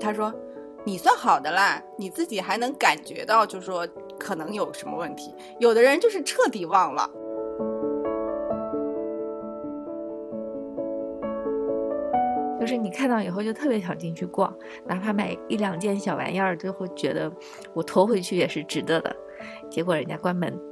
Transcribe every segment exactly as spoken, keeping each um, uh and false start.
他说你算好的啦，你自己还能感觉到就是说可能有什么问题，有的人就是彻底忘了。 就是你看到以后就特别想进去逛，哪怕买一两件小玩意儿就会觉得我驮回去也是值得的，结果人家关门。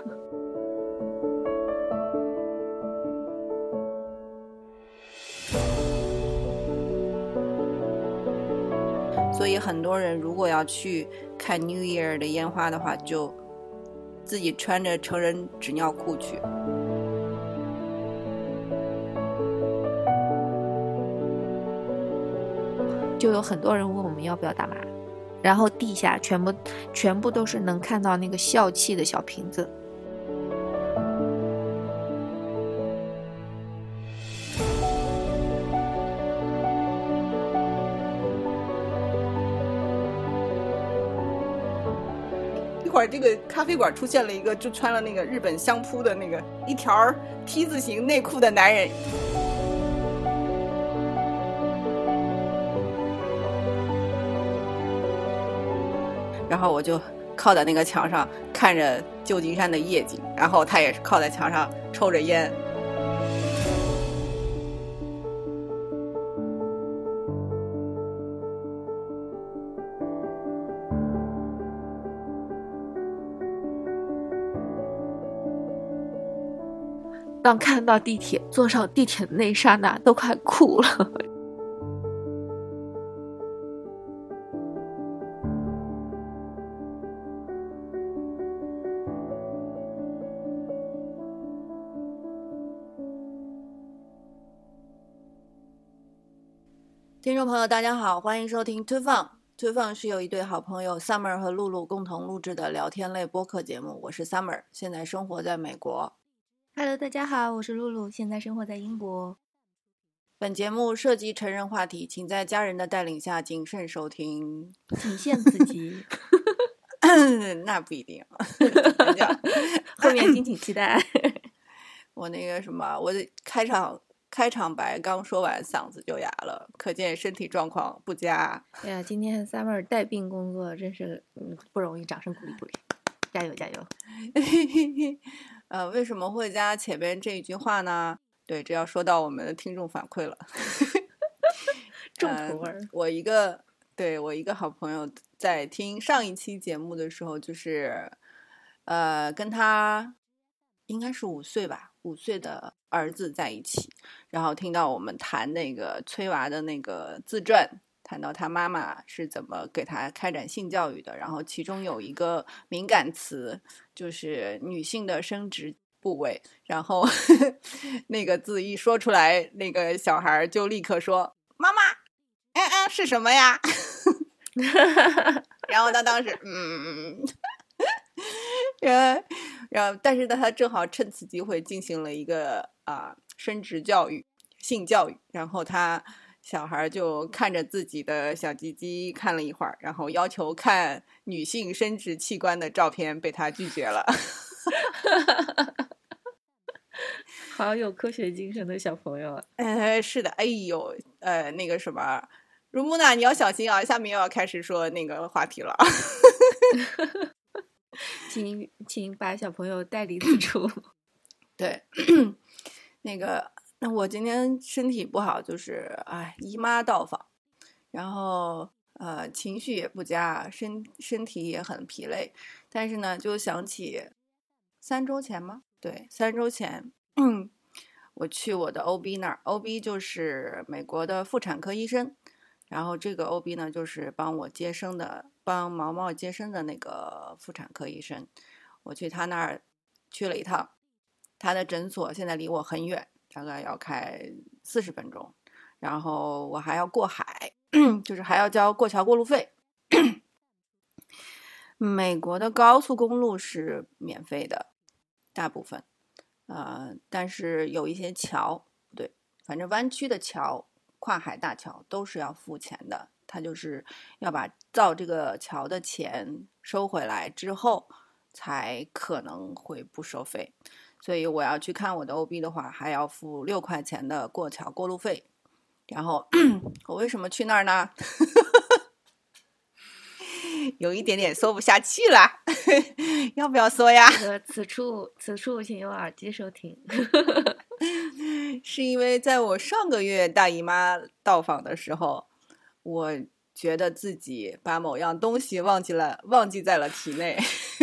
所以很多人如果要去看 New Year 的烟花的话，就自己穿着成人纸尿裤去。 就有很多人问我们要不要打码，然后地下全部全部都是能看到那个笑气的小瓶子。 一会儿这个咖啡馆出现了一个就穿了那个日本相扑的那个一条 T 字形内裤的男人。然后我就靠在那个墙上看着旧金山的夜景，然后他也是靠在墙上抽着烟。 当看到地铁坐上地铁的那一刹那都快哭了。 听众朋友大家好，欢迎收听推放。推放是由一对好朋友 Summer 和露露共同录制的聊天类播客节目，我是 Summer， 现在生活在美国。 Hello， 大家好，我是露露，现在生活在英国。 本节目涉及成人话题，请在家人的带领下谨慎收听， 仅限刺激。 那不一定， 后面敬请期待。 我那个什么，我的开场开场白刚说完，嗓子就哑了，可见身体状况不佳。 哎呀，今天 Summer 带病工作，真是嗯不容易，掌声鼓励鼓励，加油加油。 呃，为什么会加前面这一句话呢？对，这要说到我们的听众反馈了。 重口味、呃。 我一个对我一个好朋友在听上一期节目的时候，就是呃跟他应该是五岁吧，五岁的儿子在一起，然后听到我们谈那个崔娃的那个自传，谈到他妈妈是怎么给他开展性教育的，然后其中有一个敏感词就是女性的生殖部位，然后那个字一说出来，那个小孩就立刻说妈妈嗯嗯是什么呀？然后他当时嗯然后然后但是他正好趁此机会进行了一个啊、呃、生殖教育性教育，然后他小孩就看着自己的小鸡鸡看了一会儿，然后要求看女性生殖器官的照片，被他拒绝了。 好有科学精神的小朋友。 呃，是的，哎呦，呃，那个什么，如木娜，你要小心啊，下面又要开始说那个话题了。 请请把小朋友带离此处。 对，那个，那我今天身体不好，就是哎，姨妈到访，然后呃，情绪也不佳，身身体也很疲累，但是呢，就想起三周前吗？对，三周前，嗯，我去我的 O B 那儿 ，O B 就是美国的妇产科医生，然后这个 O B 呢，就是帮我接生的，帮毛毛接生的那个妇产科医生。我去他那儿去了一趟，他的诊所现在离我很远，大概要开四十分钟，然后我还要过海，就是还要交过桥过路费。美国的高速公路是免费的，大部分，呃，但是有一些桥，对，反正湾区的桥、跨海大桥都是要付钱的。他就是要把造这个桥的钱收回来之后，才可能会不收费。所以我要去看我的 O B 的话，还要付六块钱的过桥过路费。然后我为什么去那儿呢？ 有一点点说不下去了，要不要说呀？ 这个此处此处请用耳机收听。 是因为在我上个月大姨妈到访的时候，我觉得自己把某样东西忘记了，忘记在了体内。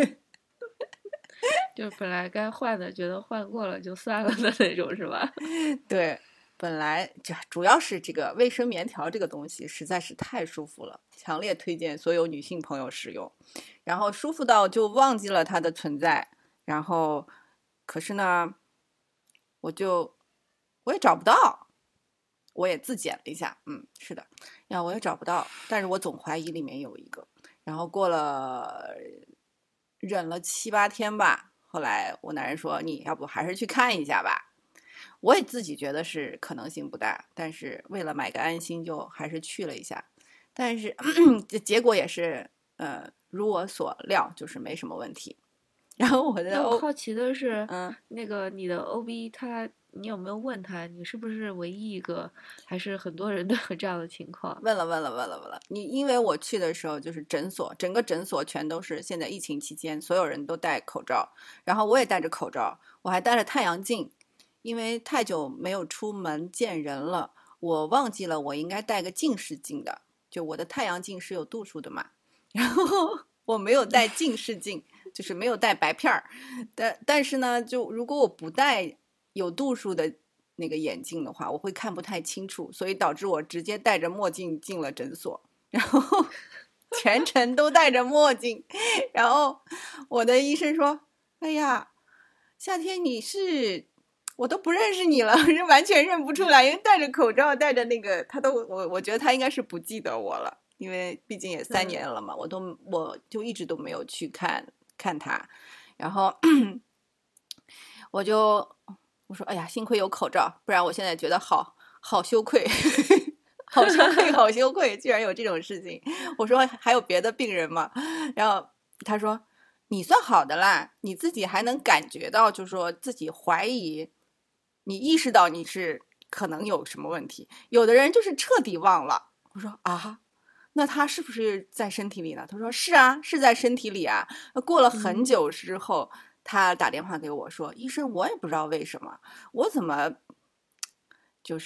就本来该换的，觉得换过了就算了的那种，是吧？ 对，本来这主要是这个卫生棉条这个东西实在是太舒服了，强烈推荐所有女性朋友使用。然后舒服到就忘记了它的存在，然后可是呢，我就我也找不到，我也自检了一下，嗯，是的，呀，我也找不到，但是我总怀疑里面有一个。然后过了忍了七八天吧。后来我男人说：“你要不还是去看一下吧。”我也自己觉得是可能性不大，但是为了买个安心，就还是去了一下。但是结果也是，呃，如我所料，就是没什么问题。然后我的那我好奇的是， 嗯， 那个你的 O B 他，你有没有问他，你是不是唯一一个，还是很多人都有这样的情况？ 问了，问了，问了，问了。你因为我去的时候就是诊所，整个诊所全都是现在疫情期间，所有人都戴口罩，然后我也戴着口罩，我还戴了太阳镜，因为太久没有出门见人了，我忘记了我应该戴个近视镜的，就我的太阳镜是有度数的嘛，然后我没有戴近视镜。就是没有戴白片儿，但但是呢，就如果我不戴有度数的那个眼镜的话，我会看不太清楚，所以导致我直接戴着墨镜进了诊所，然后全程都戴着墨镜，然后我的医生说：“哎呀，夏天你是我都不认识你了，是完全认不出来，因为戴着口罩，戴着那个，他都我我觉得他应该是不记得我了，因为毕竟也三年了嘛，我都我就一直都没有去看。”看他，然后我就我说哎呀，幸亏有口罩，不然我现在觉得好好羞愧，好羞愧，好羞愧，居然有这种事情。我说还有别的病人吗？然后他说你算好的啦，你自己还能感觉到，就是说自己怀疑，你意识到你是可能有什么问题。有的人就是彻底忘了。我说啊。那他是不是在身体里呢？他说是啊，是在身体里啊。过了很久之后，嗯、他打电话给我说：“医生，我也不知道为什么，我怎么就是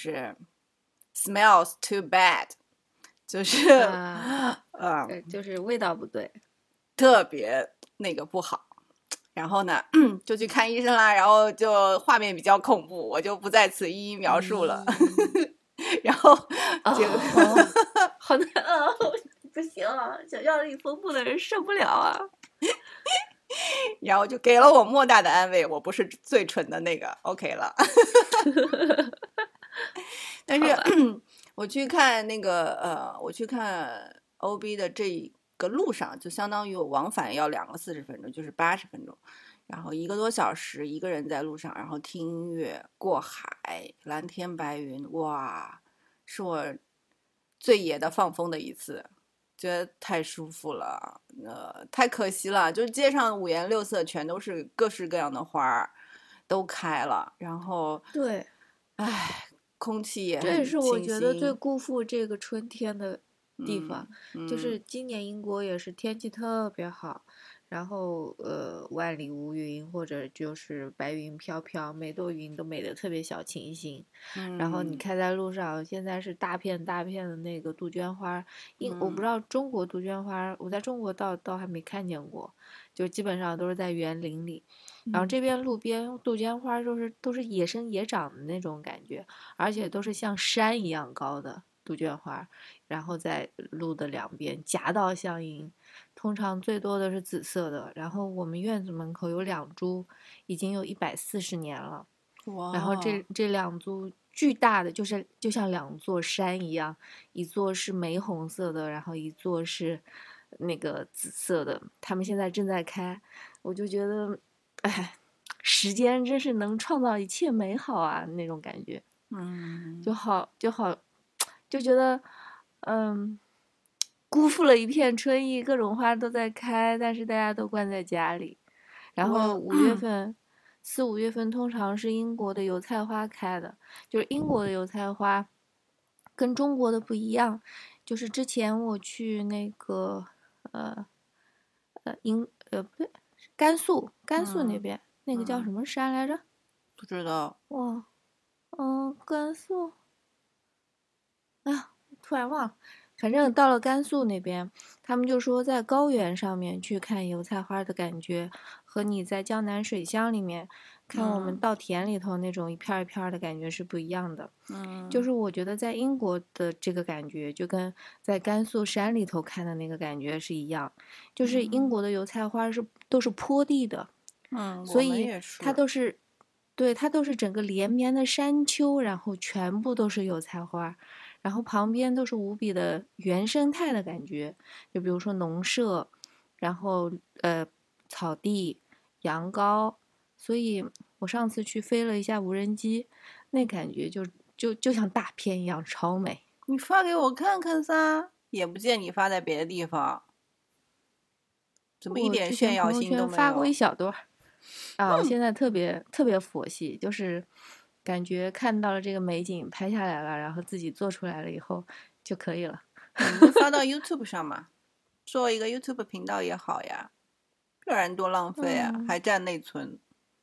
smells too bad， 就是、 啊、 呃， 就是味道不对， 特别那个不好。”然后呢，就去看医生啦。然后就画面比较恐怖，我就不在此一一描述了。嗯然后就、 哦、好难啊，不行啊，想象力丰富的人受不了啊。 然后就给了我莫大的安慰，我不是最蠢的那个 OK 了。但是我去看那个呃，我去看 O B 的这个路上，就相当于我往返要两个四十分钟，就是八十分钟。然后一个多小时，一个人在路上，然后听音乐、过海、蓝天白云，哇，是我最野的放风的一次，觉得太舒服了。呃，太可惜了，就是街上五颜六色，全都是各式各样的花儿，都开了。然后， 对， 唉，空气也很这也是我清觉得最新辜负这个春天的地方， 嗯嗯、 就是今年英国也是天气特别好。然后呃，万里无云，或者就是白云飘飘，每朵云都美得特别小清新。 嗯、 然后你开在路上，现在是大片大片的那个杜鹃花，因、嗯、我不知道中国杜鹃花，我在中国倒倒还没看见过，就基本上都是在园林里。然后这边路边杜鹃花都是都是野生野长的那种感觉，而且都是像山一样高的杜鹃花，然后在路的两边夹道相迎。通常最多的是紫色的，然后我们院子门口有两株，已经有一百四十年了。 哇！ 然后这这两株巨大的，就是就像两座山一样，一座是玫红色的，然后一座是那个紫色的。他们现在正在开，我就觉得，哎，时间真是能创造一切美好啊，那种感觉。 嗯， 就好就好，就觉得，嗯。辜负了一片春意，各种花都在开，但是大家都关在家里。然后五月份，四五月份通常是英国的油菜花开的，就是英国的油菜花跟中国的不一样。就是之前我去那个呃呃英呃不对，甘肃甘肃那嗯边、那个叫什么山来着？ 不知道。 哇，嗯、甘肃，哎呀，突然忘了。反正到了甘肃那边，他们就说在高原上面去看油菜花的感觉，和你在江南水乡里面看我们嗯稻田里头那种一片儿一片儿的感觉是不一样的。 嗯， 就是我觉得在英国的这个感觉，就跟在甘肃山里头看的那个感觉是一样。就是英国的油菜花是都是坡地的， 嗯， 所以我们也是。 它都是，对，它都是整个连绵的山丘，然后全部都是油菜花，然后旁边都是无比的原生态的感觉，就比如说农舍，然后呃草地、羊羔，所以我上次去飞了一下无人机，那感觉就就就像大片一样，超美。 你发给我看看噻，也不见你发在别的地方，怎么一我点炫耀之前朋友心都没圈发过一有？ 小段儿，啊，我现在特别特别佛系，就是感觉看到了这个美景，拍下来了，然后自己做出来了以后就可以了。 你就发到 YouTube 上嘛，做一个 YouTube 频道也好呀，不然多浪费啊， 嗯， 还占内存。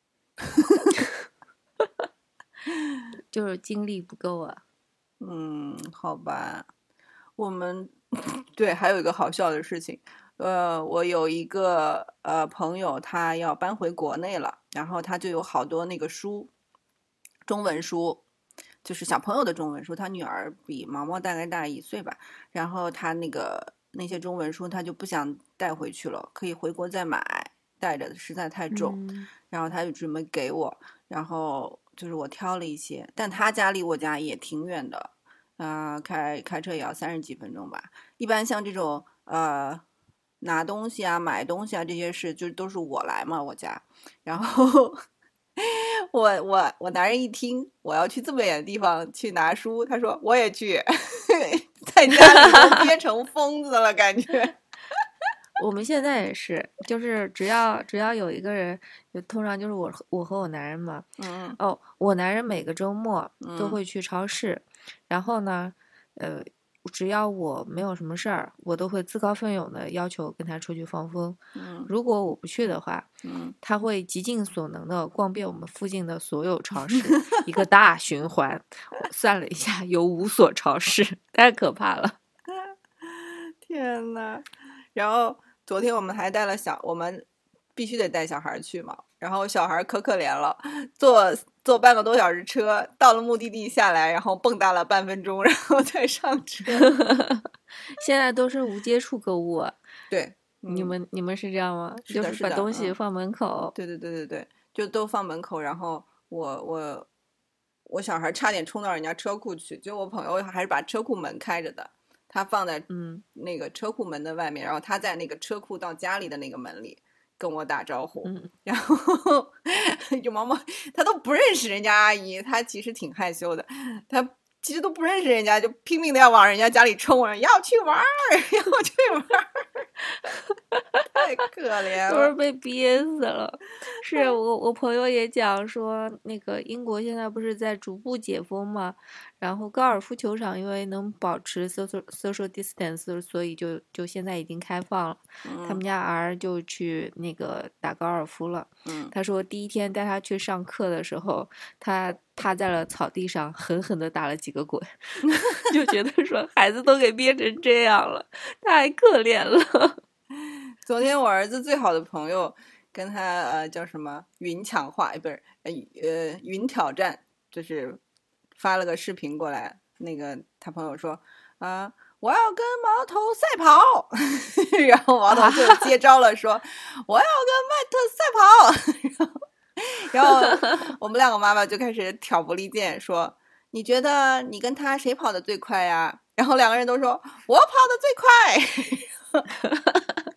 就是精力不够啊。 嗯，好吧，我们对，还有一个好笑的事情，呃，我有一个呃朋友，他要搬回国内了，然后他就有好多那个书，中文书，就是小朋友的中文书。他女儿比毛毛大概大一岁吧，然后他那个那些中文书他就不想带回去了，可以回国再买，带着实在太重， 嗯然后他就准备给我，然后就是我挑了一些，但他家离我家也挺远的。啊、呃，开开车也要三十几分钟吧。一般像这种呃拿东西啊、买东西啊这些事，就都是我来嘛，我家。然后我我我男人一听我要去这么远的地方去拿书，他说我也去，在家里都憋成疯子了，感觉。 我们现在也是，就是只要只要有一个人，就通常就是我我和我男人嘛。 嗯哦，我男人每个周末都嗯会去超市，然后呢，呃，只要我没有什么事儿，我都会自告奋勇的要求跟他出去放风。 嗯如果我不去的话， 嗯， 他会极尽所能的逛遍我们附近的所有超市，一个大循环。我算了一下，有五所超市，太可怕了。 天呐，然后昨天我们还带了小，我们必须得带小孩去嘛。然后小孩可可怜了，坐坐半个多小时车，到了目的地下来，然后蹦跶了半分钟，然后再上车。 现在都是无接触购物啊。 对， 嗯、你们你们是这样吗？ 是的， 就是把的， 东西嗯、 放门口。 对对对对对，就都放门口。然后我我我小孩差点冲到人家车库去，就我朋友还是把车库门开着的，他放在嗯那个车库门的外面，然后他在那个车库到家里的那个门里跟我打招呼。 嗯， 然后有毛毛他都不认识人家阿姨，他其实挺害羞的，他其实都不认识人家，就拼命的要往人家家里冲，要去玩儿，要去玩儿。太可怜了， 都是被憋死了。是我我朋友也讲说，那个英国现在不是在逐步解封嘛，然后高尔夫球场因为能保持 social social distance，所以就就现在已经开放了。 嗯、 他们家儿就去那个打高尔夫了。 嗯， 他说第一天带他去上课的时候，他趴在了草地上，狠狠地打了几个滚，就觉得说孩子都给憋成这样了，太可怜了。 昨天我儿子最好的朋友跟他呃叫什么云抢话，不是呃呃云挑战，就是发了个视频过来，那个他朋友说啊、呃、我要跟毛头赛跑，然后毛头就接招了说、啊、我要跟麦特赛跑，然后然后我们两个妈妈就开始挑拨离间，说你觉得你跟他谁跑得最快呀？然后两个人都说我跑得最快。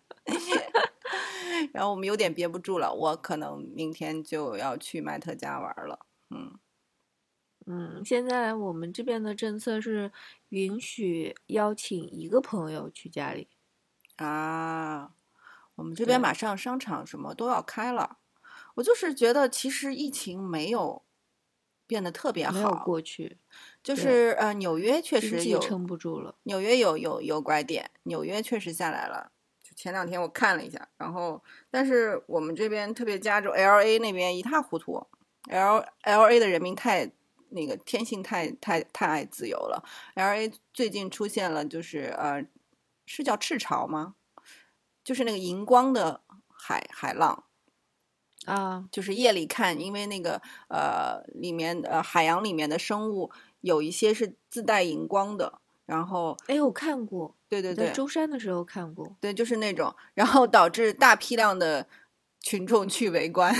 然后我们有点憋不住了，我可能明天就要去麦特家玩了。嗯嗯，现在我们这边的政策是允许邀请一个朋友去家里啊，我们这边马上商场什么都要开了。我就是觉得其实疫情没有变得特别好， 没有过去， 就是呃纽约确实有经济撑不住了， 纽约有有有拐点，纽约确实下来了。就前两天我看了一下，然后但是我们这边特别加州 L A 那边一塌糊涂 ，L L A 的人民太那个天性太太太爱自由了。L A 最近出现了就是呃是叫赤潮吗？就是那个荧光的海海浪啊， 就是夜里看，因为那个呃里面呃海洋里面的生物有一些是自带荧光的，然后哎，我看过， 对对对， 在舟山的时候看过， 对，就是那种，然后导致大批量的群众去围观。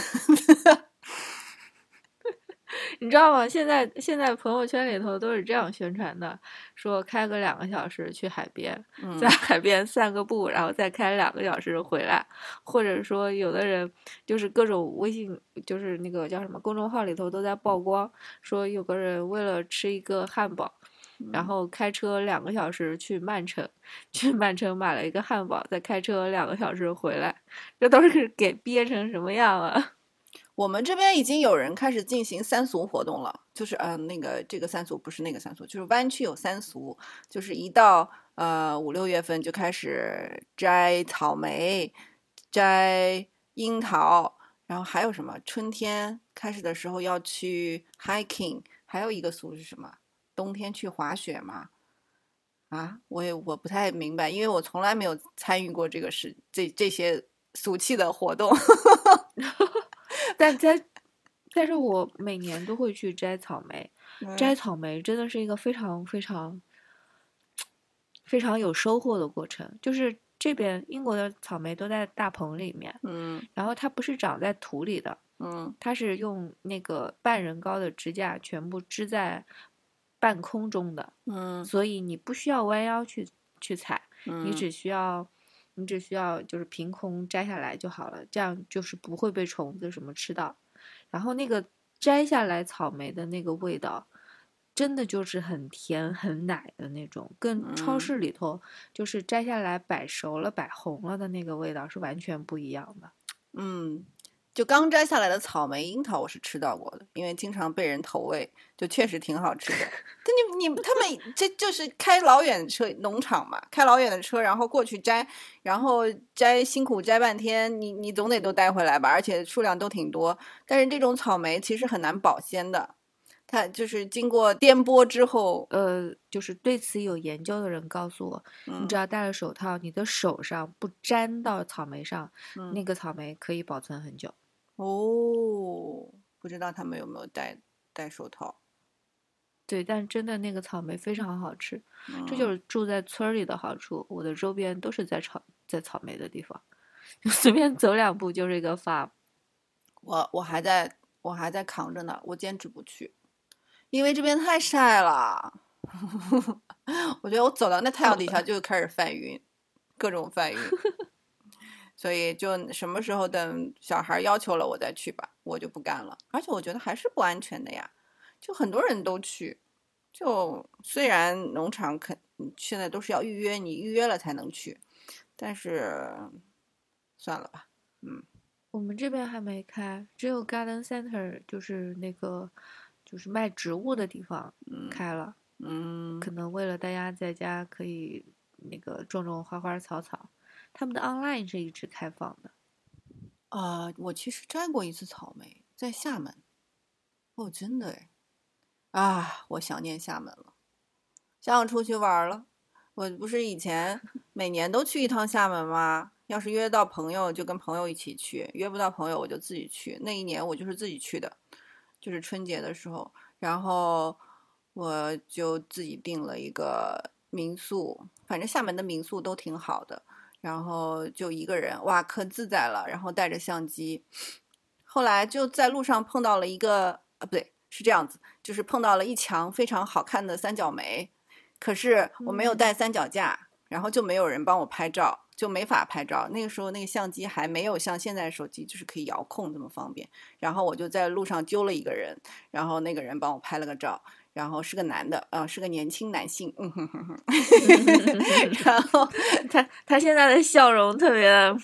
你知道吗？现在现在朋友圈里头都是这样宣传的，说开个两个小时去海边， 嗯在海边散个步，然后再开两个小时回来，或者说有的人就是各种微信，就是那个叫什么公众号里头都在曝光，说有个人为了吃一个汉堡。然后开车两个小时去曼城，去曼城买了一个汉堡，再开车两个小时回来，这都是给憋成什么样啊？ 我们这边已经有人开始进行三俗活动了，就是呃那个这个三俗不是那个三俗，就是湾区有三俗，就是一到呃五六月份就开始摘草莓、摘樱桃，然后还有什么春天开始的时候要去 hiking， 还有一个俗是什么？冬天去滑雪吗？啊，我也我不太明白，因为我从来没有参与过这个事，这这些俗气的活动。 但在，但是我每年都会去摘草莓， 嗯摘草莓真的是一个非常非常非常有收获的过程。就是这边英国的草莓都在大棚里面， 嗯然后它不是长在土里的， 嗯它是用那个半人高的支架全部支在半空中的， 嗯所以你不需要弯腰去去采， 嗯， 你只需要你只需要就是凭空摘下来就好了，这样就是不会被虫子什么吃到。然后那个摘下来草莓的那个味道，真的就是很甜很奶的那种，跟超市里头就是摘下来摆熟了摆红了的那个味道是完全不一样的。 嗯，就刚摘下来的草莓、樱桃我是吃到过的，因为经常被人投喂，就确实挺好吃的。但你你他们这就是开老远的车，农场嘛，开老远的车，然后过去摘，然后摘辛苦摘半天，你你总得都带回来吧，而且数量都挺多。但是这种草莓其实很难保鲜的，它就是经过颠簸之后， 呃，就是对此有研究的人告诉我， 嗯你只要戴了手套，你的手上不沾到草莓上， 嗯那个草莓可以保存很久。 哦，不知道他们有没有戴戴手套。 对，但真的那个草莓非常好吃， 嗯、 这就是住在村儿里的好处。我的周边都是在草在草莓的地方，就随便走两步就是一个 farm。 我我还在我还在扛着呢，我坚持不去，因为这边太晒了。我觉得我走到那太阳底下就开始犯晕，各种犯晕。所以就什么时候等小孩要求了我再去吧，我就不干了。而且我觉得还是不安全的呀，就很多人都去。就虽然农场肯现在都是要预约，你预约了才能去，但是算了吧，嗯。 我们这边还没开，只有 Garden Center，就是那个就是卖植物的地方开了。 嗯， 可能为了大家在家可以那个种种花花草草，他们的 online 是一直开放的。 啊、呃，我其实摘过一次草莓，在厦门。哦，真的哎，啊，我想念厦门了，想出去玩了。我不是以前每年都去一趟厦门吗？要是约到朋友就跟朋友一起去，约不到朋友我就自己去。那一年我就是自己去的，就是春节的时候，然后我就自己订了一个民宿，反正厦门的民宿都挺好的，然后就一个人，哇，可自在了，然后带着相机。后来就在路上碰到了一个，啊，不对，是这样子，就是碰到了一墙非常好看的三角梅，可是我没有带三脚架，嗯、然后就没有人帮我拍照。就没法拍照，那个时候那个相机还没有像现在手机就是可以遥控这么方便。然后我就在路上揪了一个人，然后那个人帮我拍了个照，然后是个男的，啊、呃，是个年轻男性，嗯哼哼哼。然后他他现在的笑容特别的，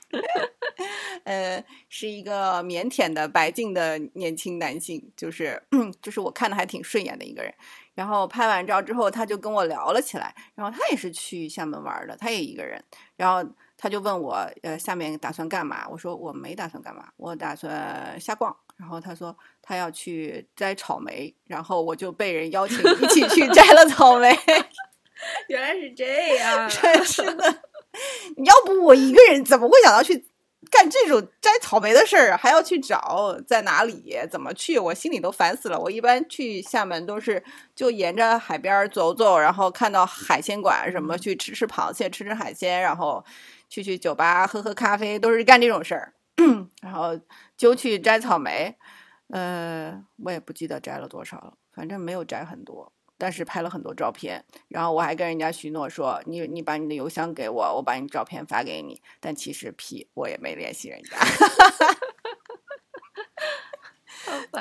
呃，是一个腼腆的白净的年轻男性，就是就是我看的还挺顺眼的一个人。然后拍完照之后，他就跟我聊了起来。然后他也是去厦门玩的，他也一个人。然后他就问我，呃，下面打算干嘛？我说我没打算干嘛，我打算瞎逛。然后他说他要去摘草莓，然后我就被人邀请一起去摘了草莓。 原来是这样， 真是的，要不我一个人怎么会想到去干这种摘草莓的事儿，还要去找在哪里怎么去，我心里都烦死了。我一般去厦门都是就沿着海边走走，然后看到海鲜馆什么去吃吃螃蟹吃吃海鲜，然后去去酒吧喝喝咖啡，都是干这种事儿。然后就去摘草莓，呃，我也不记得摘了多少了，反正没有摘很多，但是拍了很多照片。然后我还跟人家许诺说，你你把你的邮箱给我，我把你照片发给你。但其实屁，我也没联系人家。 好吧。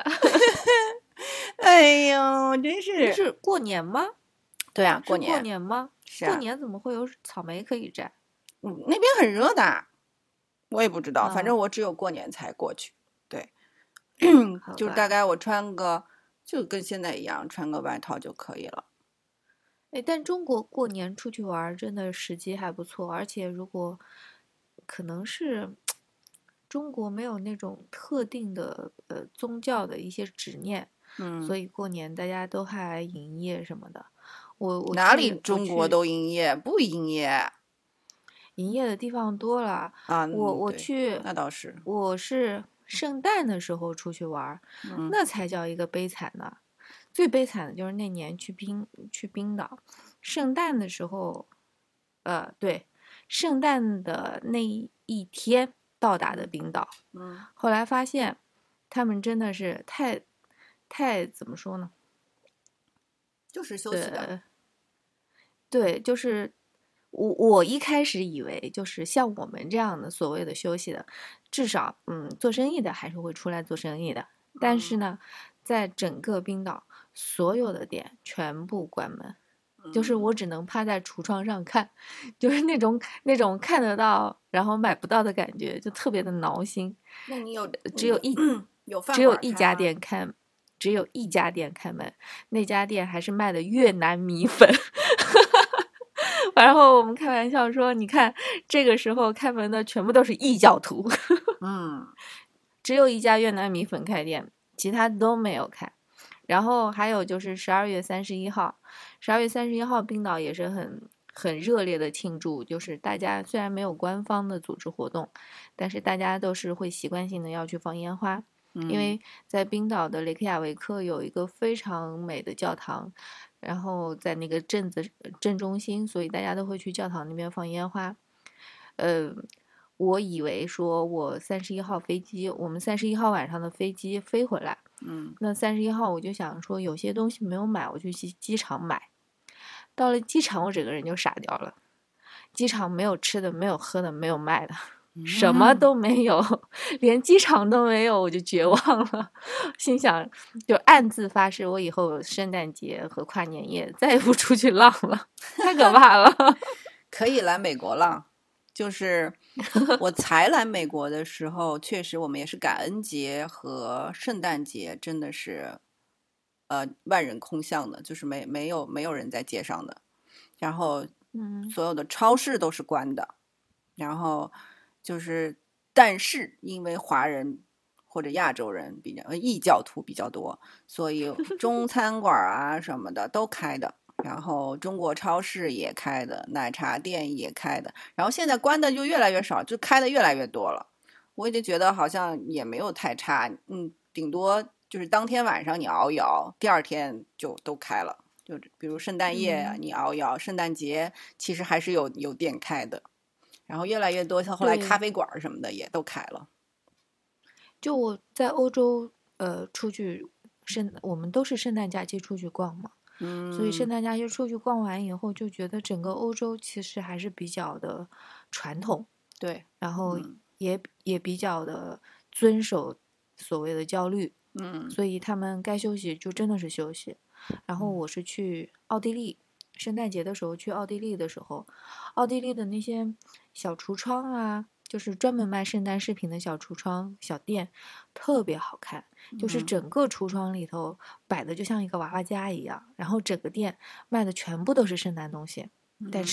哎呦，真是。 是过年吗？ 对啊，过年。过年吗？ 是啊。 过年怎么会有草莓可以摘？ 嗯，那边很热的。我也不知道，反正我只有过年才过去。对，就大概我穿个，就跟现在一样，穿个外套就可以了。 哎，但中国过年出去玩真的时机还不错，而且如果可能是中国没有那种特定的呃宗教的一些执念， 嗯， 所以过年大家都还营业什么的。我我哪里中国都营业？不营业。 营业的地方多了啊！ 我我去， 那倒是， 我是圣诞的时候出去玩， 嗯、 那才叫一个悲惨呢。最悲惨的就是那年去冰去冰岛，圣诞的时候，呃，对，圣诞的那一天到达的冰岛， 嗯， 后来发现他们真的是太太怎么说呢？ 就是休息的， 呃、对，就是。我我一开始以为就是像我们这样的所谓的休息的，至少嗯做生意的还是会出来做生意的。但是呢，在整个冰岛所有的店全部关门，就是我只能趴在橱窗上看，就是那种那种看得到然后买不到的感觉，就特别的挠心。 那你有只有一有只有一家店开，只有一家店开门，那家店还是卖的越南米粉。然后我们开玩笑说，你看这个时候开门的全部都是异教徒。 嗯， 只有一家越南米粉开店，其他都没有开。然后还有就是十二月三十一号，十二月三十一号冰岛也是很很热烈的庆祝，就是大家虽然没有官方的组织活动，但是大家都是会习惯性的要去放烟花。 嗯、 因为在冰岛的雷克雅维克有一个非常美的教堂，然后在那个镇子镇中心，所以大家都会去教堂那边放烟花。呃，我以为说我三十一号飞机，我们三十一号晚上的飞机飞回来， 嗯， 那三十一号我就想说有些东西没有买，我就去机场买。到了机场，我整个人就傻掉了。机场没有吃的，没有喝的，没有卖的。什么都没有，连机场都没有，我就绝望了。心想，就暗自发誓，我以后圣诞节和跨年夜再也不出去浪了，太可怕了。 可以来美国浪，就是我才来美国的时候，确实我们也是感恩节和圣诞节，真的是呃万人空巷的，就是没没有没有人在街上的，然后嗯， 所有的超市都是关的，然后。就是，但是因为华人或者亚洲人比较异教徒比较多，所以中餐馆啊什么的都开的，然后中国超市也开的，奶茶店也开的，然后现在关的就越来越少，就开的越来越多了。我已经觉得好像也没有太差，嗯，顶多就是当天晚上你熬一熬，第二天就都开了。就比如圣诞夜啊，你熬一熬，圣诞节其实还是有有店开的。然后越来越多，像后来咖啡馆什么的也都开了。 就我在欧洲，呃，出去圣，我们都是圣诞假期出去逛嘛， 嗯， 所以圣诞假期出去逛完以后，就觉得整个欧洲其实还是比较的传统， 对， 然后也、嗯、也比较的遵守所谓的焦虑， 嗯， 所以他们该休息就真的是休息。然后我是去奥地利。圣诞节的时候去奥地利的时候，奥地利的那些小橱窗啊，就是专门卖圣诞饰品的小橱窗小店，特别好看。就是整个橱窗里头摆的就像一个娃娃家一样，然后整个店卖的全部都是圣诞东西，但是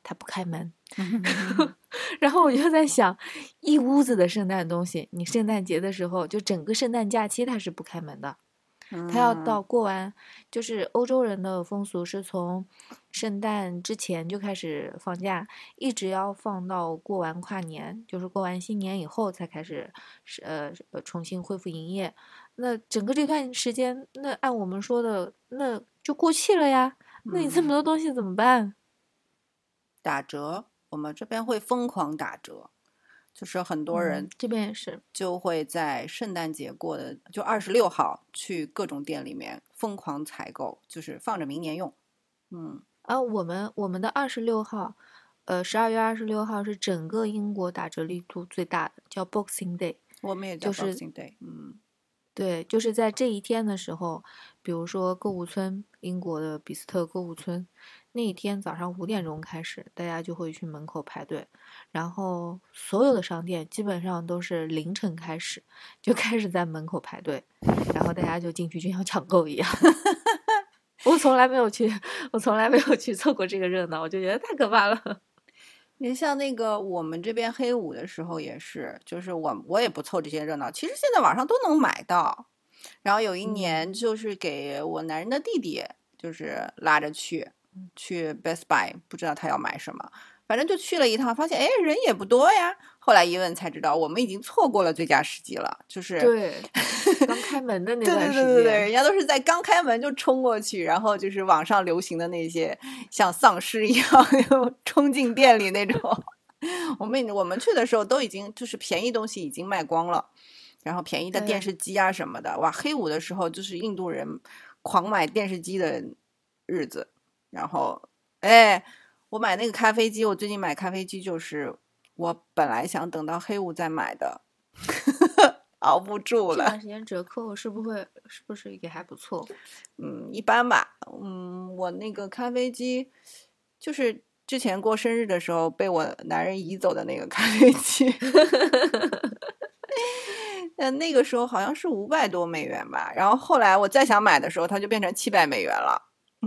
它不开门。然后我就在想，一屋子的圣诞东西，你圣诞节的时候就整个圣诞假期它是不开门的。他要到过完，就是欧洲人的风俗是从圣诞之前就开始放假，一直要放到过完跨年，就是过完新年以后才开始呃重新恢复营业。那整个这段时间，那按我们说的，那就过气了呀。那你这么多东西怎么办？ 打折，我们这边会疯狂打折。就是很多人、 嗯、这边也是， 就会在圣诞节过的就二十六号去各种店里面疯狂采购，就是放着明年用。嗯， 啊，我们我们的二十六号，呃，十二月二十六号是整个英国打折力度最大的，叫 Boxing Day。 我们也叫 Boxing Day。嗯， 对，就是在这一天的时候，比如说购物村，英国的比斯特购物村，那一天早上五点钟开始，大家就会去门口排队，然后所有的商店基本上都是凌晨开始，就开始在门口排队，然后大家就进去就像抢购一样。我从来没有去，我从来没有去凑过这个热闹，我就觉得太可怕了。 你像那个我们这边黑五的时候也是，就是我我也不凑这些热闹，其实现在网上都能买到。然后有一年就是给我男人的弟弟，就是拉着去、嗯、去 Best Buy， 不知道他要买什么，反正就去了一趟，发现哎人也不多呀。后来一问才知道，我们已经错过了最佳时机了，就是对刚开门的那段时间， 对对对对，人家都是在刚开门就冲过去，然后就是网上流行的那些像丧尸一样冲进店里那种。我们我们去的时候都已经就是便宜东西已经卖光了，然后便宜的电视机啊什么的，哇，黑五的时候就是印度人狂买电视机的日子。然后哎，我买那个咖啡机，我最近买咖啡机就是我本来想等到黑五再买的。熬不住了。 这段时间折扣是不会是不是也还不错？ 嗯，一般吧。嗯，我那个咖啡机就是之前过生日的时候被我男人移走的那个咖啡机。但那个时候好像是五百多美元吧，然后后来我再想买的时候，它就变成七百美元了。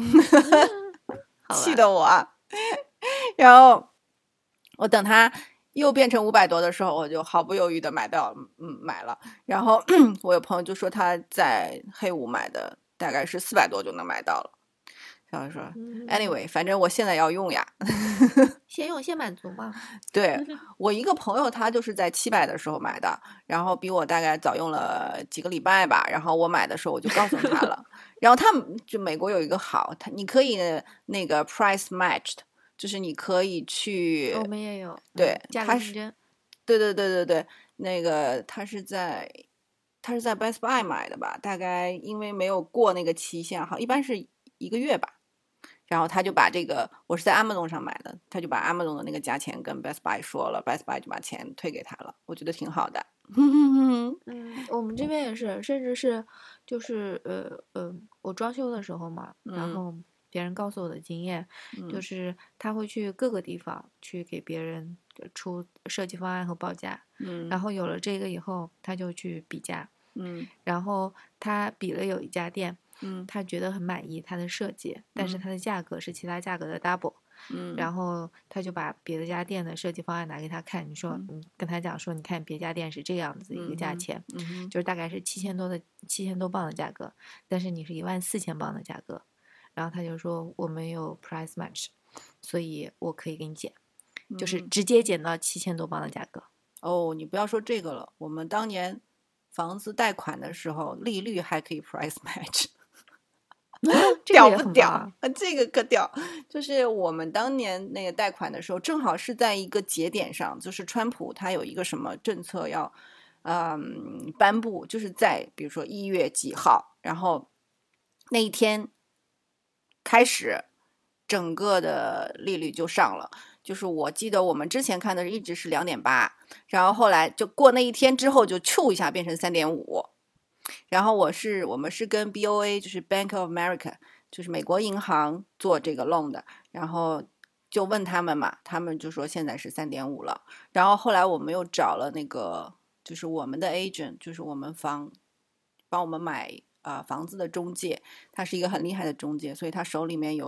气得我。然后我等它又变成五百多的时候，我就毫不犹豫的买到，嗯，买了。然后我有朋友就说他在黑五买的，大概是四百多就能买到了。然后说 ，anyway， 反正我现在要用呀， 先用先满足嘛。 对，我一个朋友，他就是在七百的时候买的，然后比我大概早用了几个礼拜吧。然后我买的时候我就告诉他了。然后他们就美国有一个好，他你可以那个 price matched。就是你可以去， 我们也有， 对， 他是， 对对对对对，那个他是在他是在 Best Buy 买的吧？大概因为没有过那个期限，好，一般是一个月吧。然後他就把这个，我是在 Amazon 上买的，他就把 Amazon 的那个价钱跟 Best Buy 说了 ，Best Buy 就把钱退给他了，我觉得挺好的。 嗯，我们这边也是，甚至是就是呃呃，我装修的时候嘛，然后别人告诉我的经验， 嗯、 就是他会去各个地方去给别人出设计方案和报价， 嗯， 然后有了这个以后，他就去比价， 嗯， 然后他比了有一家店， 嗯， 他觉得很满意他的设计，但是他的价格是其他价格的 double。 嗯， 然后他就把别的家店的设计方案拿给他看，你说， 嗯、 你跟他讲说，你看别家店是这样子一个价钱， 嗯、 就是大概是七千多的七千多磅的价格，但是你是一万四千磅的价格，然后他就说我们有 price match， 所以我可以给你减， 嗯、 就是直接减到七千多磅的价格。 哦，你不要说这个了，我们当年房子贷款的时候，利率还可以 price match。屌不屌？这个可屌！就是我们当年那个贷款的时候，正好是在一个节点上，就是川普他有一个什么政策要，嗯，颁布，就是在比如说一月几号，然后那一天开始，整个的利率就上了。就是我记得我们之前看的一直是两点八，然后后来就过那一天之后就咻一下变成三点五。然后我是我们是跟 B O A 就是 Bank of America 就是美国银行做这个 loan 的，然后就问他们嘛，他们就说现在是 三点五 了。然后后来我们又找了那个就是我们的 agent， 就是我们房帮我们买啊、呃、房子的中介，他是一个很厉害的中介，所以他手里面有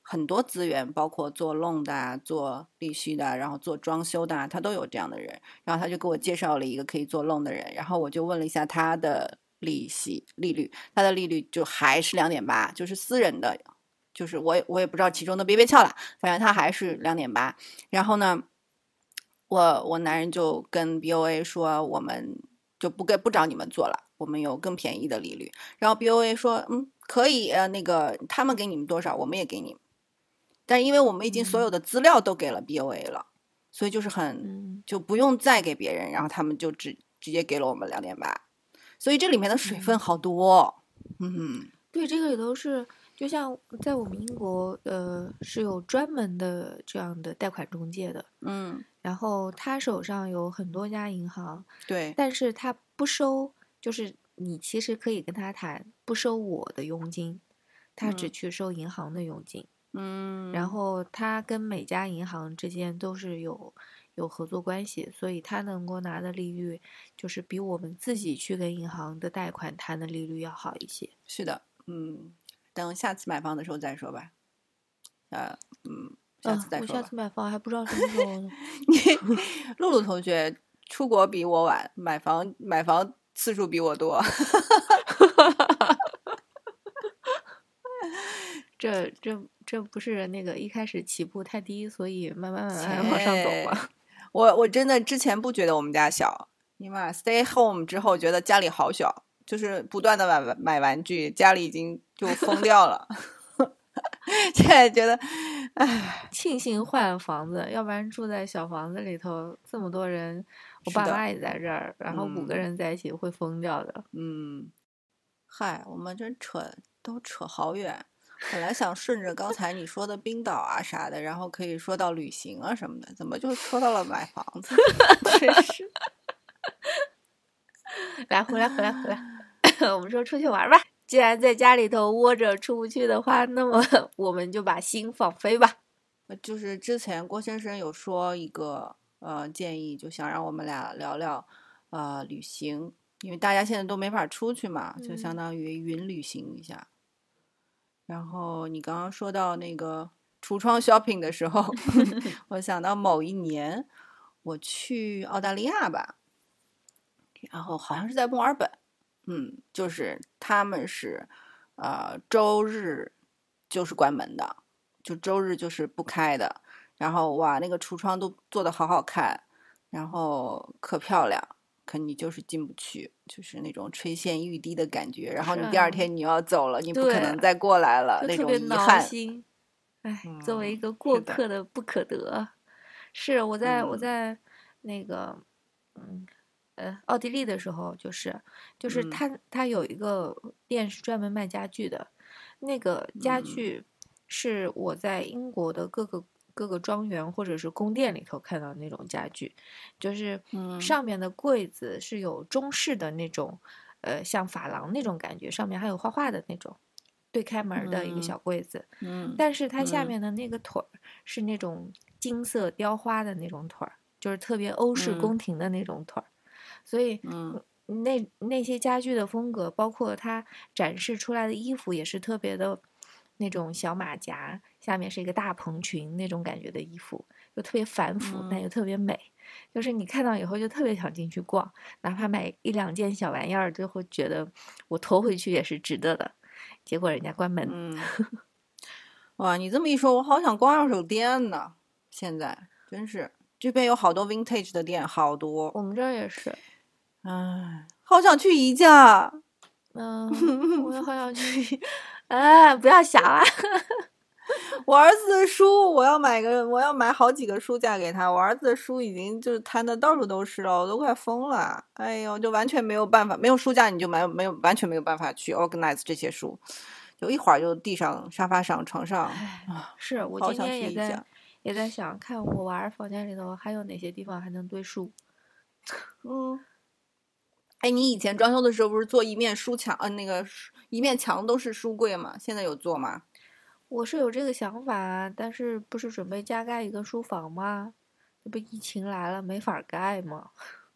很多资源，包括做 loan 的啊，做利息的，然后做装修的啊，他都有这样的人。然后他就给我介绍了一个可以做 loan 的人，然后我就问了一下他的利息利率，他的利率就还是两点八，就是私人的，就是我也我也不知道其中的别别窍了，反正他还是两点八。然后呢，我我男人就跟 B O A 说，我们就不给不找你们做了，我们有更便宜的利率。然后 B O A 说，嗯，可以，呃，那个他们给你们多少，我们也给你们。但因为我们已经所有的资料都给了 B O A 了，嗯、所以就是很就不用再给别人，然后他们就直直接给了我们两点八。所以这里面的水分好多。嗯，嗯对，这个里头是就像在我们英国，呃，是有专门的这样的贷款中介的。 嗯， 然后他手上有很多家银行， 对， 但是他不收，就是你其实可以跟他谈不收我的佣金，他只去收银行的佣金。 嗯， 然后他跟每家银行之间都是有有合作关系，所以他能够拿的利率就是比我们自己去跟银行的贷款谈的利率要好一些。 是的，嗯，等下次买房的时候再说吧。呃，嗯，下次再说吧。 呃、我下次买房还不知道什么时候呢。 露露同学出国比我晚，买房买房次数比我多。 这这这不是那个一开始起步太低，所以慢慢慢慢往上走吗？ 我我真的之前不觉得我们家小，你妈 stay home 之后觉得家里好小，就是不断的买买玩具，家里已经就疯掉了。现在觉得，唉， 庆幸换了房子，要不然住在小房子里头，这么多人，我爸妈也在这儿，然后五个人在一起会疯掉的。 嗯，嗨，我们这扯都扯好远。本来想顺着刚才你说的冰岛啊啥的，然后可以说到旅行啊什么的，怎么就说到了买房子？真是。 来，回来，回来，回来，我们说出去玩吧。既然在家里头窝着出不去的话，那么我们就把心放飞吧。 就是之前郭先生有说一个呃建议，就想让我们俩聊聊呃旅行，因为大家现在都没法出去嘛，就相当于云旅行一下。嗯、然后你刚刚说到那个橱窗 shopping 的时候，我想到某一年我去澳大利亚吧，然后好像是在墨尔本。嗯，就是他们是，呃，周日就是关门的，就周日就是不开的。然后哇，那个橱窗都做得好好看，然后可漂亮，可你就是进不去，就是那种垂涎欲滴的感觉。然后你第二天你要走了，你不可能再过来了，那种遗憾。 哎，作为一个过客的不可得。是我在、嗯、我在那个嗯。呃，奥地利的时候，就是就是他、嗯、他有一个店是专门卖家具的，那个家具是我在英国的各个各个庄园或者是宫殿里头看到的那种家具，就是上面的柜子是有中式的那种，呃，像珐琅那种感觉，上面还有画画的那种对开门的一个小柜子， 嗯， 但是它下面的那个腿儿是那种金色雕花的那种腿儿，就是特别欧式宫廷的那种腿儿。所以， 嗯， 那那些家具的风格，包括它展示出来的衣服，也是特别的，那种小马甲，下面是一个大蓬裙那种感觉的衣服，又特别繁复， 嗯、 但又特别美。就是你看到以后就特别想进去逛，哪怕买一两件小玩意儿，就会觉得我驮回去也是值得的。结果人家关门。 嗯，哇，你这么一说，我好想逛二手店呢。现在真是。这边有好多 vintage 的店，好多。 我们这儿也是。 唉，好想去宜家。 嗯，我也好想去。哎，不要想啊！ 我儿子的书，我要买个，我要买好几个书架给他。我儿子的书已经就是摊的到处都是了，我都快疯了。哎呦，就完全没有办法，没有书架你就没没有完全没有办法去 organize 这些书，就一会儿就地上、沙发上、床上。啊， 是我今天也在。也在想看我娃儿房间里头还有哪些地方还能堆书。 嗯，哎，你以前装修的时候不是做一面书墙，呃，那个一面墙都是书柜吗？现在有做吗？ 我是有这个想法，但是不是准备加盖一个书房吗？这不疫情来了没法盖吗？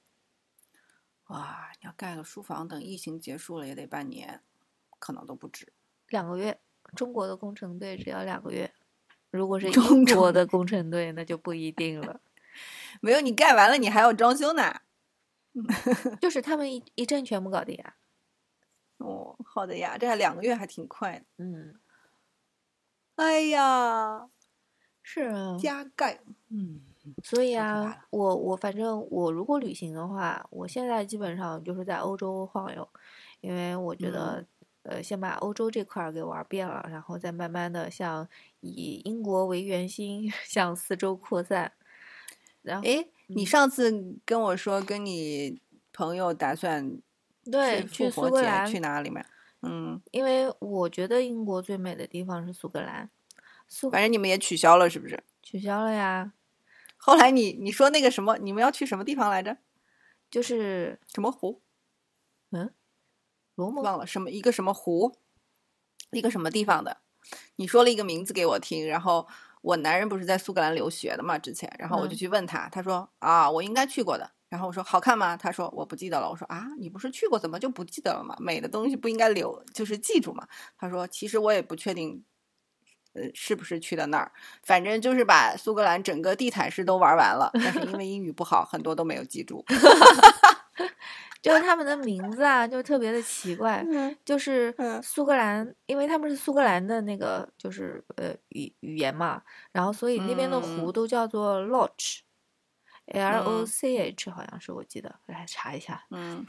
哇，要盖个书房，等疫情结束了也得半年，可能都不止。 两个月，中国的工程队只要两个月。 如果是英国的工程队，那就不一定了。 没有，你盖完了你还要装修呢。 就是他们一一阵全部搞定啊。 哦，好的呀，这还两个月还挺快的。 嗯， 哎呀， 是啊， 加盖，嗯， 所以啊，我我反正我如果旅行的话，我现在基本上就是在欧洲晃悠，因为我觉得，嗯、呃，先把欧洲这块儿给玩遍了，然后再慢慢的向以英国为圆心向四周扩散。然后， 哎，你上次跟我说跟你朋友打算对去复活节去哪里嘛？嗯， 因为我觉得英国最美的地方是苏格兰。苏反正你们也取消了是不是？ 取消了呀。 后来你你说那个什么，你们要去什么地方来着？ 就是什么湖？ 嗯，罗蒙忘了什么一个什么湖，一个什么地方的？你说了一个名字给我听，然后我男人不是在苏格兰留学的嘛，之前，然后我就去问他，嗯、他说啊，我应该去过的。然后我说好看吗？他说我不记得了。我说啊，你不是去过，怎么就不记得了嘛？美的东西不应该留，就是记住嘛。他说其实我也不确定，呃，是不是去的那儿，反正就是把苏格兰整个地毯式都玩完了，但是因为英语不好，很多都没有记住。 就是他们的名字啊，就特别的奇怪。 嗯、 就是苏格兰，因为他们是苏格兰的那个，就是呃语语言嘛，然后所以那边的湖都叫做 Loch。L O C H 好像是，我记得，来查一下。 嗯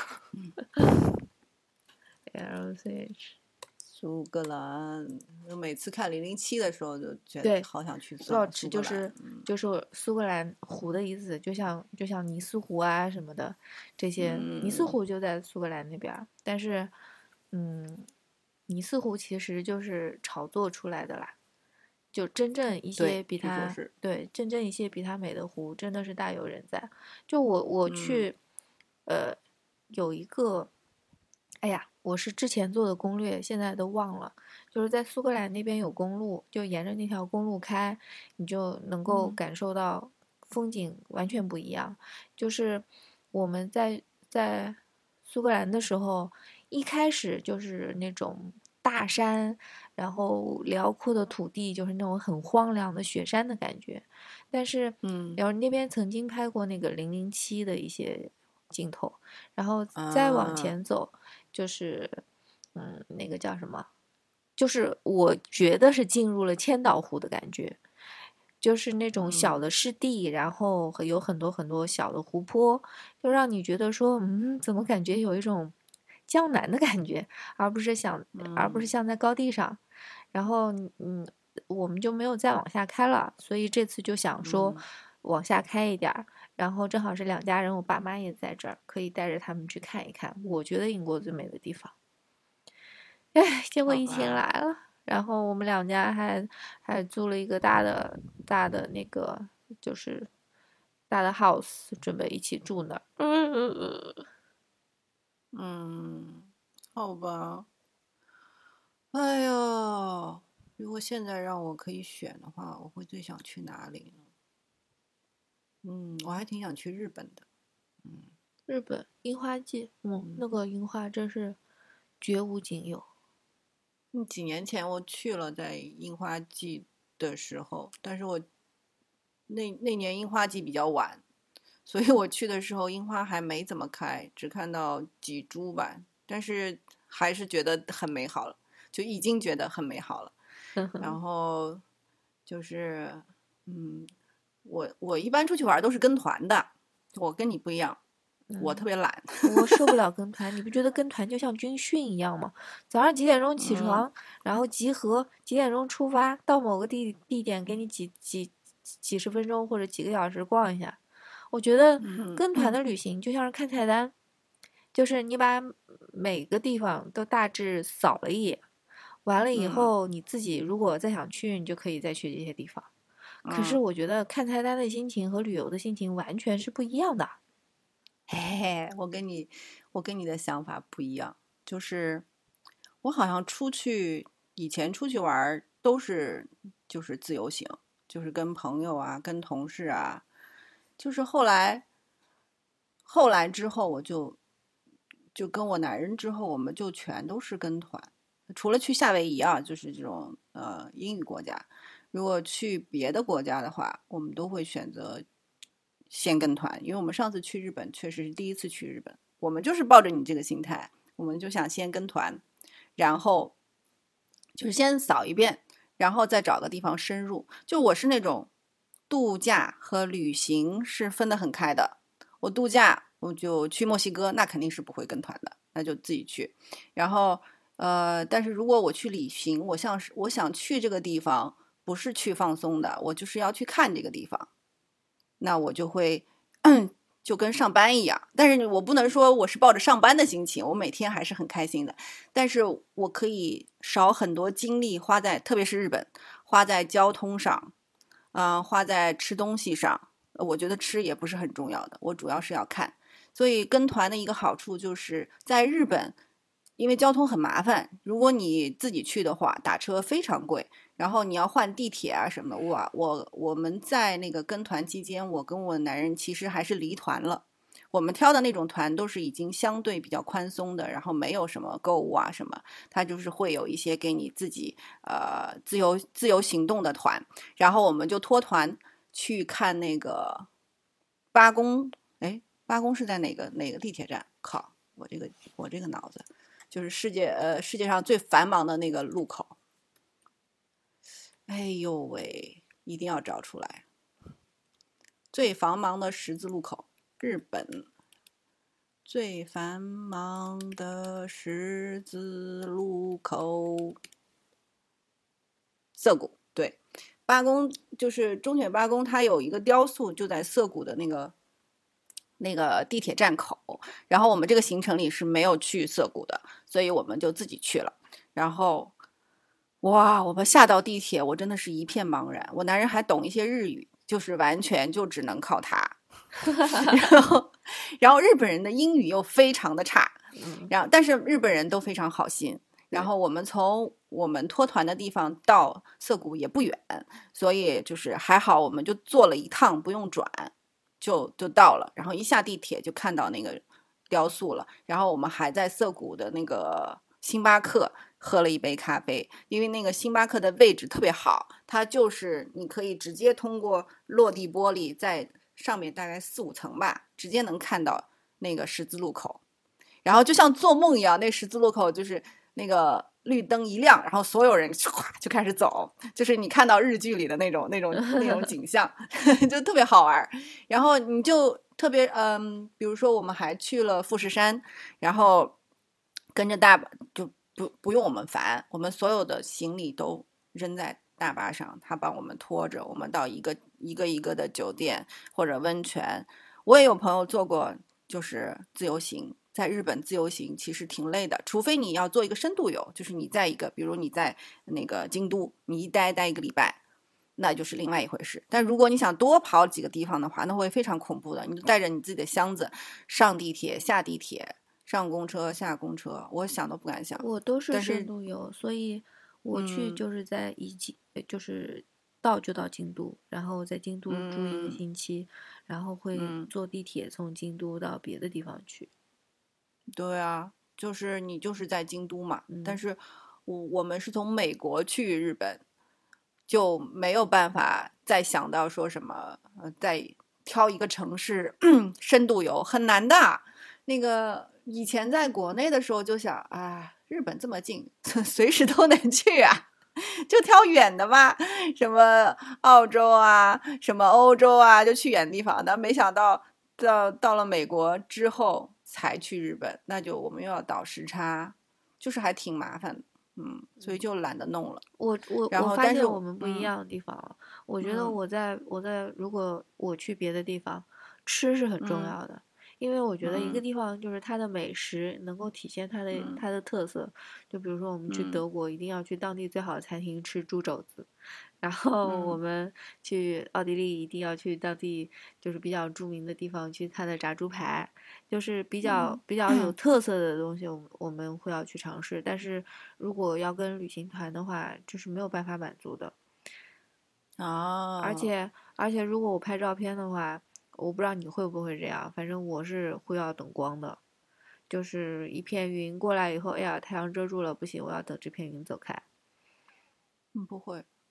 ，L O C H， 苏格兰，我每次看零零七的时候就觉对得好想去。 Loch 就是就是苏格兰湖的意思，就像就像尼斯湖啊什么的，这些、 嗯、 尼斯湖就在苏格兰那边，但是嗯，尼斯湖其实就是炒作出来的啦。就真正一些比它对, 对真正一些比它美的湖真的是大有人在。就我我去、嗯、呃有一个，哎呀，我是之前做的攻略，现在都忘了。就是在苏格兰那边有公路，就沿着那条公路开，你就能够感受到风景完全不一样。嗯、就是我们在在苏格兰的时候，一开始就是那种大山。然后辽阔的土地就是那种很荒凉的雪山的感觉，但是， 嗯， 然后那边曾经拍过那个零零七的一些镜头，然后再往前走，啊、就是，嗯，那个叫什么？就是我觉得是进入了千岛湖的感觉，就是那种小的湿地，嗯、然后有很多很多小的湖泊，就让你觉得说，嗯，怎么感觉有一种江南的感觉，而不是像， 嗯、 而不是像在高地上。然后，嗯，我们就没有再往下开了，所以这次就想说往下开一点儿。嗯、然后正好是两家人，我爸妈也在这儿，可以带着他们去看一看。我觉得英国最美的地方。哎，结果疫情来了，然后我们两家还还租了一个大的大的那个就是大的 house， 准备一起住那儿。嗯嗯，好吧。哎呀，如果现在让我可以选的话，我会最想去哪里呢？嗯，我还挺想去日本的。嗯， 日本樱花季，嗯，那个樱花真是绝无仅有。 嗯，几年前我去了，在樱花季的时候，但是我那那年樱花季比较晚，所以我去的时候樱花还没怎么开，只看到几株吧，但是还是觉得很美好了。就已经觉得很美好了，然后就是，嗯，我我一般出去玩都是跟团的，我跟你不一样，嗯、我特别懒， 我受不了跟团。你不觉得跟团就像军训一样吗？早上几点钟起床，嗯、然后集合，几点钟出发，到某个地地点给你几几几十分钟或者几个小时逛一下。我觉得跟团的旅行就像是看菜单，嗯、就是你把每个地方都大致扫了一眼。完了以后，你自己如果再想去，你就可以再去这些地方。 嗯、 可是我觉得看菜单的心情和旅游的心情完全是不一样的。 嘿嘿，我跟你，我跟你的想法不一样。就是我好像出去以前出去玩都是就是自由行，就是跟朋友啊，跟同事啊。就是后来，后来之后我就就跟我男人之后，我们就全都是跟团。除了去夏威夷啊，就是这种呃英语国家， 如果去别的国家的话，我们都会选择先跟团，因为我们上次去日本确实是第一次去日本，我们就是抱着你这个心态，我们就想先跟团，然后就是先扫一遍，然后再找个地方深入。就我是那种度假和旅行是分得很开的，我度假我就去墨西哥，那肯定是不会跟团的，那就自己去。然后呃，但是如果我去旅行，我像是我想去这个地方，不是去放松的，我就是要去看这个地方，那我就会就跟上班一样，但是我不能说我是抱着上班的心情，我每天还是很开心的，但是我可以少很多精力花在，特别是日本，花在交通上，嗯、呃，花在吃东西上。我觉得吃也不是很重要的，我主要是要看。所以跟团的一个好处就是在日本，因为交通很麻烦，如果你自己去的话，打车非常贵，然后你要换地铁啊什么的。哇，我我们在那个跟团期间，我跟我男人其实还是离团了。我们挑的那种团都是已经相对比较宽松的，然后没有什么购物啊什么，它就是会有一些给你自己呃自由自由行动的团，然后我们就脱团去看那个八公，哎，八公是在哪个哪个地铁站？靠，我这个我这个脑子。就是世界呃世界上最繁忙的那个路口，哎呦喂，一定要找出来，最繁忙的十字路口，日本最繁忙的十字路口，涩谷，对，八公就是忠犬八公，它有一个雕塑就在涩谷的那个那个地铁站口，然后我们这个行程里是没有去涩谷的，所以我们就自己去了。然后，哇，我们下到地铁，我真的是一片茫然。我男人还懂一些日语，就是完全就只能靠他。然后，然后日本人的英语又非常的差，然后但是日本人都非常好心。然后我们从我们脱团的地方到涩谷也不远，所以就是还好，我们就坐了一趟，不用转。就就到了，然后一下地铁就看到那个雕塑了，然后我们还在涩谷的那个星巴克喝了一杯咖啡，因为那个星巴克的位置特别好，它就是你可以直接通过落地玻璃在上面大概四五层吧，直接能看到那个十字路口，然后就像做梦一样，那十字路口就是那个绿灯一亮，然后所有人唰就开始走，就是你看到日剧里的那种那种那种景象，就特别好玩。然后你就特别嗯，比如说我们还去了富士山，然后跟着大巴就不不用我们烦，我们所有的行李都扔在大巴上，他帮我们拖着，我们到一个一个一个的酒店或者温泉。我也有朋友做过，就是自由行。在日本自由行其实挺累的，除非你要做一个深度游，就是你在一个，比如你在那个京都，你一待待一个礼拜，那就是另外一回事。但如果你想多跑几个地方的话，那会非常恐怖的。你就带着你自己的箱子上地铁、下地铁、上公车、下公车，我想都不敢想。 我都是但是深度游，所以我去嗯就是在一京，呃就是到就到京都，然后在京都住一个嗯星期，然后会嗯， 坐地铁从京都到别的地方去。 对啊，就是你就是在京都嘛，但嗯， 是我我们是从美国去日本，就没有办法再想到说什么呃，再挑一个城市深度游很难的。那个以前在国内的时候就想啊，日本这么近，随时都能去啊，就挑远的吧，什么澳洲啊，什么欧洲啊，就去远地方。但没想到到到了美国之后才去日本，那就我们又要倒时差，就是还挺麻烦的。嗯，所以就懒得弄了。 我我然我发后但是我现我们不一嗯样的地方了。我觉得嗯我在我在如果我去别的地方，吃是很重嗯要的，因为我觉得一个嗯地方就是它的美食能够体现它的嗯它的特色。就比如说我们去嗯德国，一定要去当地最好的餐厅吃猪肘子。然后我嗯们去奥地利，一定要去当地就是比较著名的地方去它的炸猪排，就是比较嗯比较有特色的东西，我们我们会要去尝试。但是如果要跟旅行团的话，就是没有办法满足的。而啊， 且而且如果我拍照片的话，我不知道你会不会这样，反正我是会要等光的，就是一片云过来以后，哎呀，太阳遮住了，不行，我要等这片云走开。 嗯不会，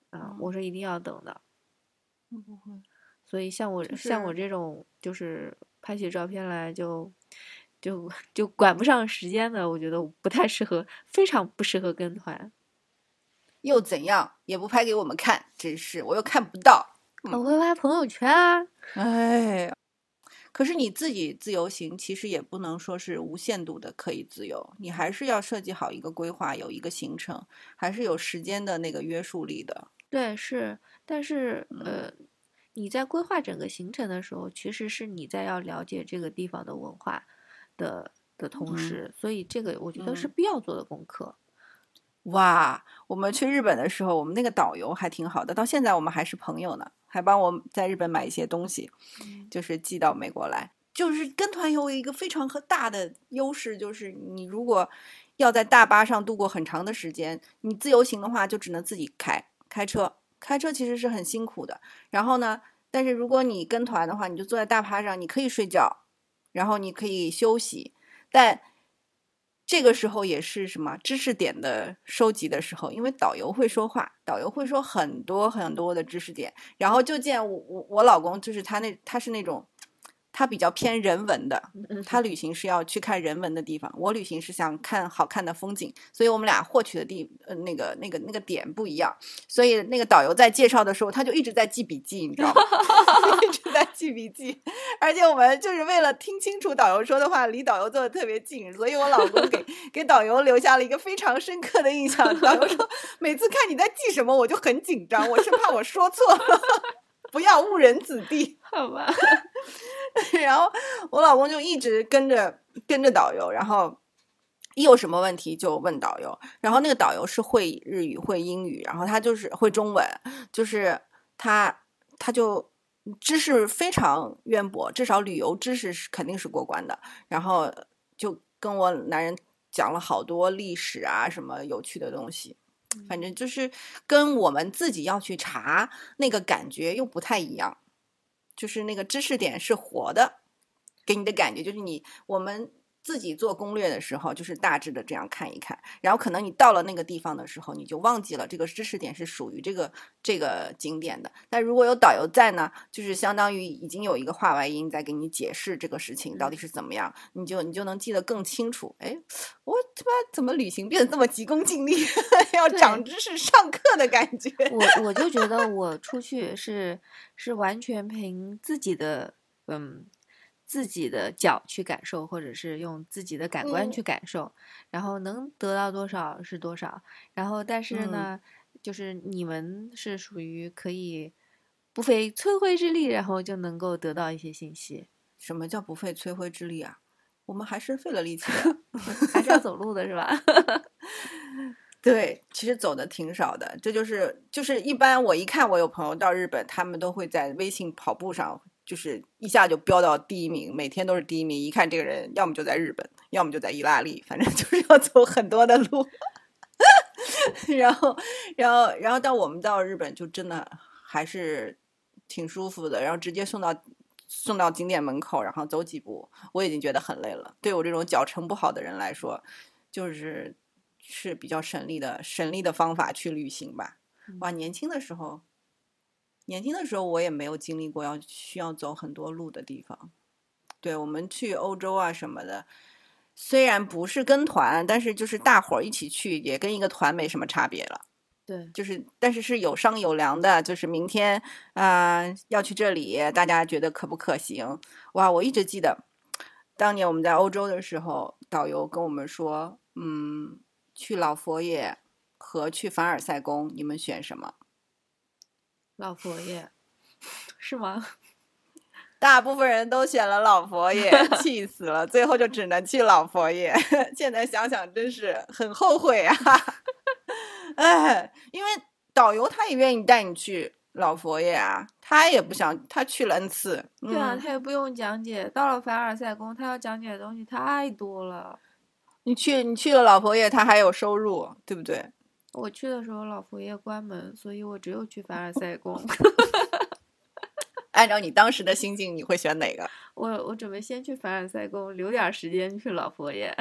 啊，我是一定要等的。 不会。 所以像我、 就是、 像我这种就是拍起照片来就就就管不上时间的，我觉得不太适合，非常不适合跟团。 又怎样，也不拍给我们看，真是我又看不到。 我会发朋友圈啊。 哎，可是你自己自由行，其实也不能说是无限度的可以自由，你还是要设计好一个规划，有一个行程，还是有时间的那个约束力的。 对，是，但是呃，你在规划整个行程的时候，其实是你在要了解这个地方的文化的的同时， 嗯、 所以这个我觉得是必要做的功课。 嗯、哇，我们去日本的时候，我们那个导游还挺好的，到现在我们还是朋友呢，还帮我在日本买一些东西， 嗯、 就是寄到美国来。就是跟团有一个非常大的优势，就是你如果要在大巴上度过很长的时间，你自由行的话就只能自己开开车，开车其实是很辛苦的。然后呢，但是如果你跟团的话，你就坐在大巴上，你可以睡觉，然后你可以休息，但这个时候也是什么知识点的收集的时候，因为导游会说话，导游会说很多很多的知识点，然后就见我我我老公就是他那他是那种。他比较偏人文的，他旅行是要去看人文的地方，我旅行是想看好看的风景，所以我们俩获取的地呃那个那个那个点不一样，所以那个导游在介绍的时候，他就一直在记笔记，你知道吗？一直在记笔记，而且我们就是为了听清楚导游说的话，离导游坐的特别近，所以我老公给给导游留下了一个非常深刻的印象。导游说，每次看你在记什么，我就很紧张，我是怕我说错了。不要误人子弟， 好吧。 然后我老公就一直跟着跟着导游，然后一有什么问题就问导游，然后那个导游是会日语会英语，然后他就是会中文，就是他他就知识非常渊博，至少旅游知识是肯定是过关的，然后就跟我男人讲了好多历史啊什么有趣的东西，反正就是跟我们自己要去查那个感觉又不太一样，就是那个知识点是活的，给你的感觉就是你我们自己做攻略的时候就是大致的这样看一看，然后可能你到了那个地方的时候你就忘记了这个知识点是属于这个这个景点的，但如果有导游在呢，就是相当于已经有一个话外音在给你解释这个事情到底是怎么样，你就你就能记得更清楚。哎，我他妈怎么旅行变得这么急功近利要长知识上课的感觉。 我我就觉得我出去是是完全凭自己的嗯自己的脚去感受，或者是用自己的感官去感受，嗯、然后能得到多少是多少。然后但是呢，嗯、就是你们是属于可以不费吹灰之力，然后就能够得到一些信息。 什么叫不费吹灰之力啊？我们还是费了力气的， 还是要走路的是吧？ 对，其实走的挺少的，这就是就是一般我一看我有朋友到日本，他们都会在微信跑步上就是一下就飙到第一名，每天都是第一名，一看这个人要么就在日本，要么就在意大利，反正就是要走很多的路。然后然后然后到我们到日本就真的还是挺舒服的，然后直接送到送到景点门口，然后走几步我已经觉得很累了，对我这种脚程不好的人来说就是是比较省力的省力的方法去旅行吧。哇，年轻的时候年轻的时候我也没有经历过要需要走很多路的地方。对，我们去欧洲啊什么的，虽然不是跟团，但是就是大伙儿一起去，也跟一个团没什么差别了。 对， 就是但是是有商有量的，就是明天啊、呃、要去这里，大家觉得可不可行？哇，我一直记得当年我们在欧洲的时候，导游跟我们说，嗯，去老佛爷和去凡尔赛宫，你们选什么？ 老佛爷是吗？ 大部分人都选了老佛爷，气死了，最后就只能去老佛爷。现在想想真是很后悔啊！哎，因为导游他也愿意带你去老佛爷啊，他也不想，他去了 N 次。 对啊，嗯、他也不用讲解。到了凡尔赛宫，他要讲解的东西太多了。 你去，你去了老佛爷，他还有收入，对不对？ 我去的时候老佛爷关门，所以我只有去凡尔赛宫。 按照你当时的心境，你会选哪个？ 我我准备先去凡尔赛宫，留点时间去老佛爷。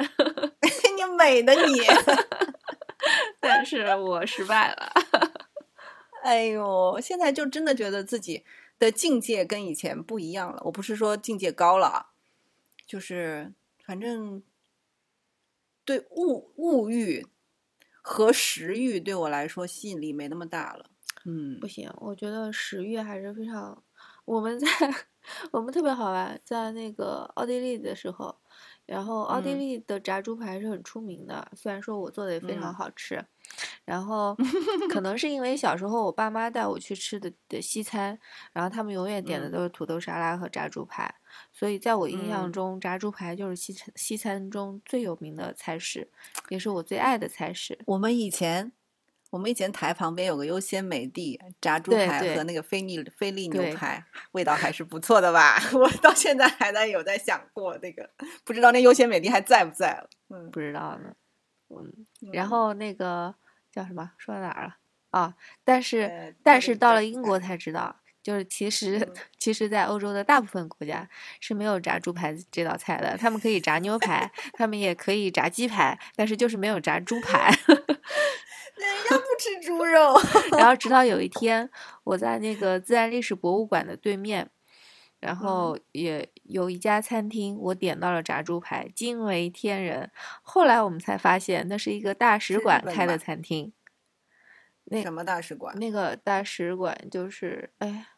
你美的你！ 但是我失败了。 哎呦，现在就真的觉得自己的境界跟以前不一样了。我不是说境界高了啊，就是反正对物物欲和食欲对我来说吸引力没那么大了。嗯， 不行，我觉得食欲还是非常。我们在我们特别好玩，在那个奥地利的时候，然后奥地利的炸猪排是很出名的，虽然说我做的也非常好吃。然后可能是因为小时候我爸妈带我去吃的的西餐，然后他们永远点的都是土豆沙拉和炸猪排，所以在我印象中，炸猪排就是西餐西餐中最有名的菜式，也是我最爱的菜式。 我们以前我们以前台旁边有个优鲜美地，炸猪排和那个菲力菲力牛排味道还是不错的吧。我到现在还在有在想过那个，不知道那优鲜美地还在不在了。嗯， 不知道呢。嗯，然后那个叫什么？说到哪儿了？啊，但是、呃、但是到了英国才知道，就是其实、嗯、其实，在欧洲的大部分国家是没有炸猪排这道菜的。他们可以炸牛排，他们也可以炸鸡排，但是就是没有炸猪排。 人家不吃猪肉。 然后直到有一天，我在那个自然历史博物馆的对面。然后也有一家餐厅，我点到了炸猪排，惊为天人。后来我们才发现，那是一个大使馆开的餐厅。那什么大使馆？ 那个大使馆就是哎，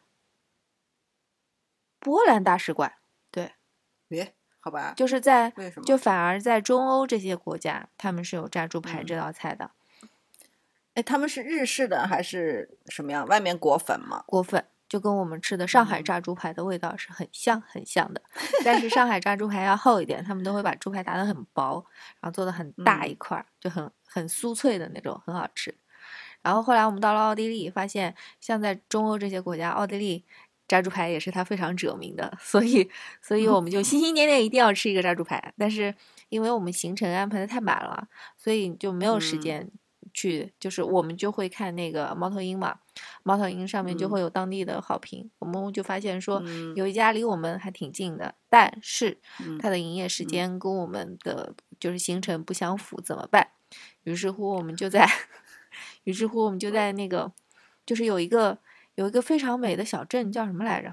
波兰大使馆。对， 别好吧， 就是在为什么？ 就反而在中欧这些国家，他们是有炸猪排这道菜的。 哎、嗯，他们是日式的还是什么样？外面裹粉吗？ 裹粉。就跟我们吃的上海炸猪排的味道是很像很像的，但是上海炸猪排要厚一点，他们都会把猪排打得很薄，然后做的很大一块，就很很酥脆的那种，很好吃。然后后来我们到了奥地利，发现像在中欧这些国家，奥地利炸猪排也是它非常有名的，所以所以我们就心心念念一定要吃一个炸猪排。但是因为我们行程安排的太满了，所以就没有时间去，嗯、就是我们就会看那个猫头鹰嘛。猫头鹰上面就会有当地的好评，嗯、我们就发现说有一家离我们还挺近的，嗯、但是它的营业时间跟我们的就是行程不相符，怎么办？于是乎我们就在，于是乎我们就在那个，就是有一个有一个非常美的小镇，叫什么来着？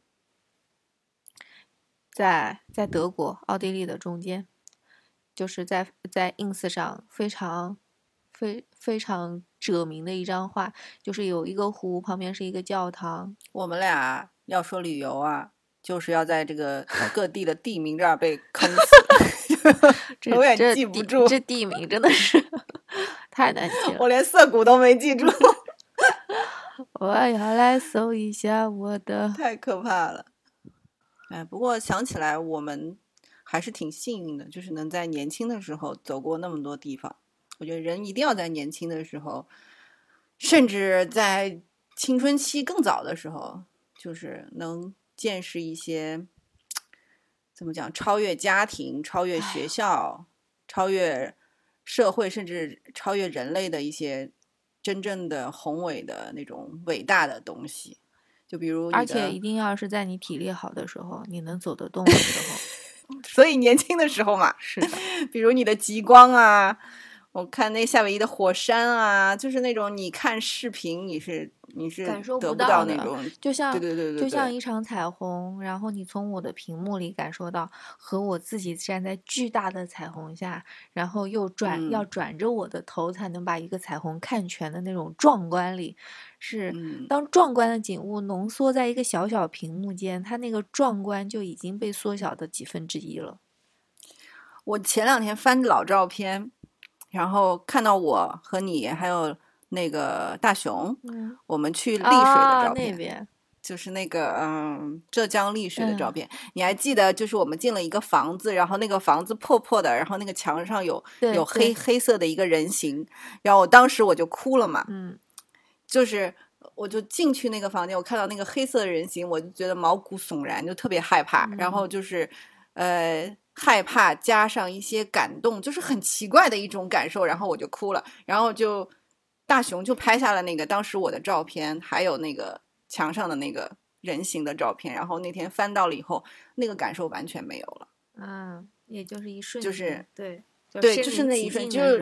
在在德国、奥地利的中间，就是在在 ins 上非常。非非常著名的一张画，就是有一个湖，旁边是一个教堂。 我们俩要说旅游啊，就是要在这个各地的地名这儿被坑死，永远记不住。 这地名真的是太难记了， 我连涩谷都没记住。 我要来搜一下我的， 太可怕了。哎，不过想起来我们还是挺幸运的，就是能在年轻的时候走过那么多地方。我觉得人一定要在年轻的时候，甚至在青春期更早的时候，就是能见识一些怎么讲，超越家庭、超越学校、超越社会，甚至超越人类的一些真正的宏伟的那种伟大的东西。就比如你的， 而且一定要是在你体力好的时候，你能走得动的时候。 所以年轻的时候嘛， 是的， 比如你的极光啊。我看那夏威夷的火山啊，就是那种你看视频你是你是感受得不到那种， 就像对对对对， 就像一场彩虹，然后你从我的屏幕里感受到，和我自己站在巨大的彩虹下，然后又转、嗯、要转着我的头才能把一个彩虹看全的那种壮观里，是、 嗯、 当壮观的景物浓缩在一个小小屏幕间，它那个壮观就已经被缩小的几分之一了。 我前两天翻老照片。然后看到我和你还有那个大熊， 嗯、 我们去丽水的照片， 啊、那边就是那个嗯浙江丽水的照片、嗯。你还记得，就是我们进了一个房子，然后那个房子破破的，然后那个墙上有有黑黑色的一个人形，然后我当时我就哭了嘛， 嗯， 就是我就进去那个房间，我看到那个黑色的人形，我就觉得毛骨悚然，就特别害怕， 嗯、 然后就是呃。害怕加上一些感动，就是很奇怪的一种感受，然后我就哭了，然后就大熊就拍下了那个当时我的照片，还有那个墙上的那个人形的照片，然后那天翻到了以后，那个感受完全没有了。 嗯，也就是一瞬间， 就是对对，就是那一瞬，就是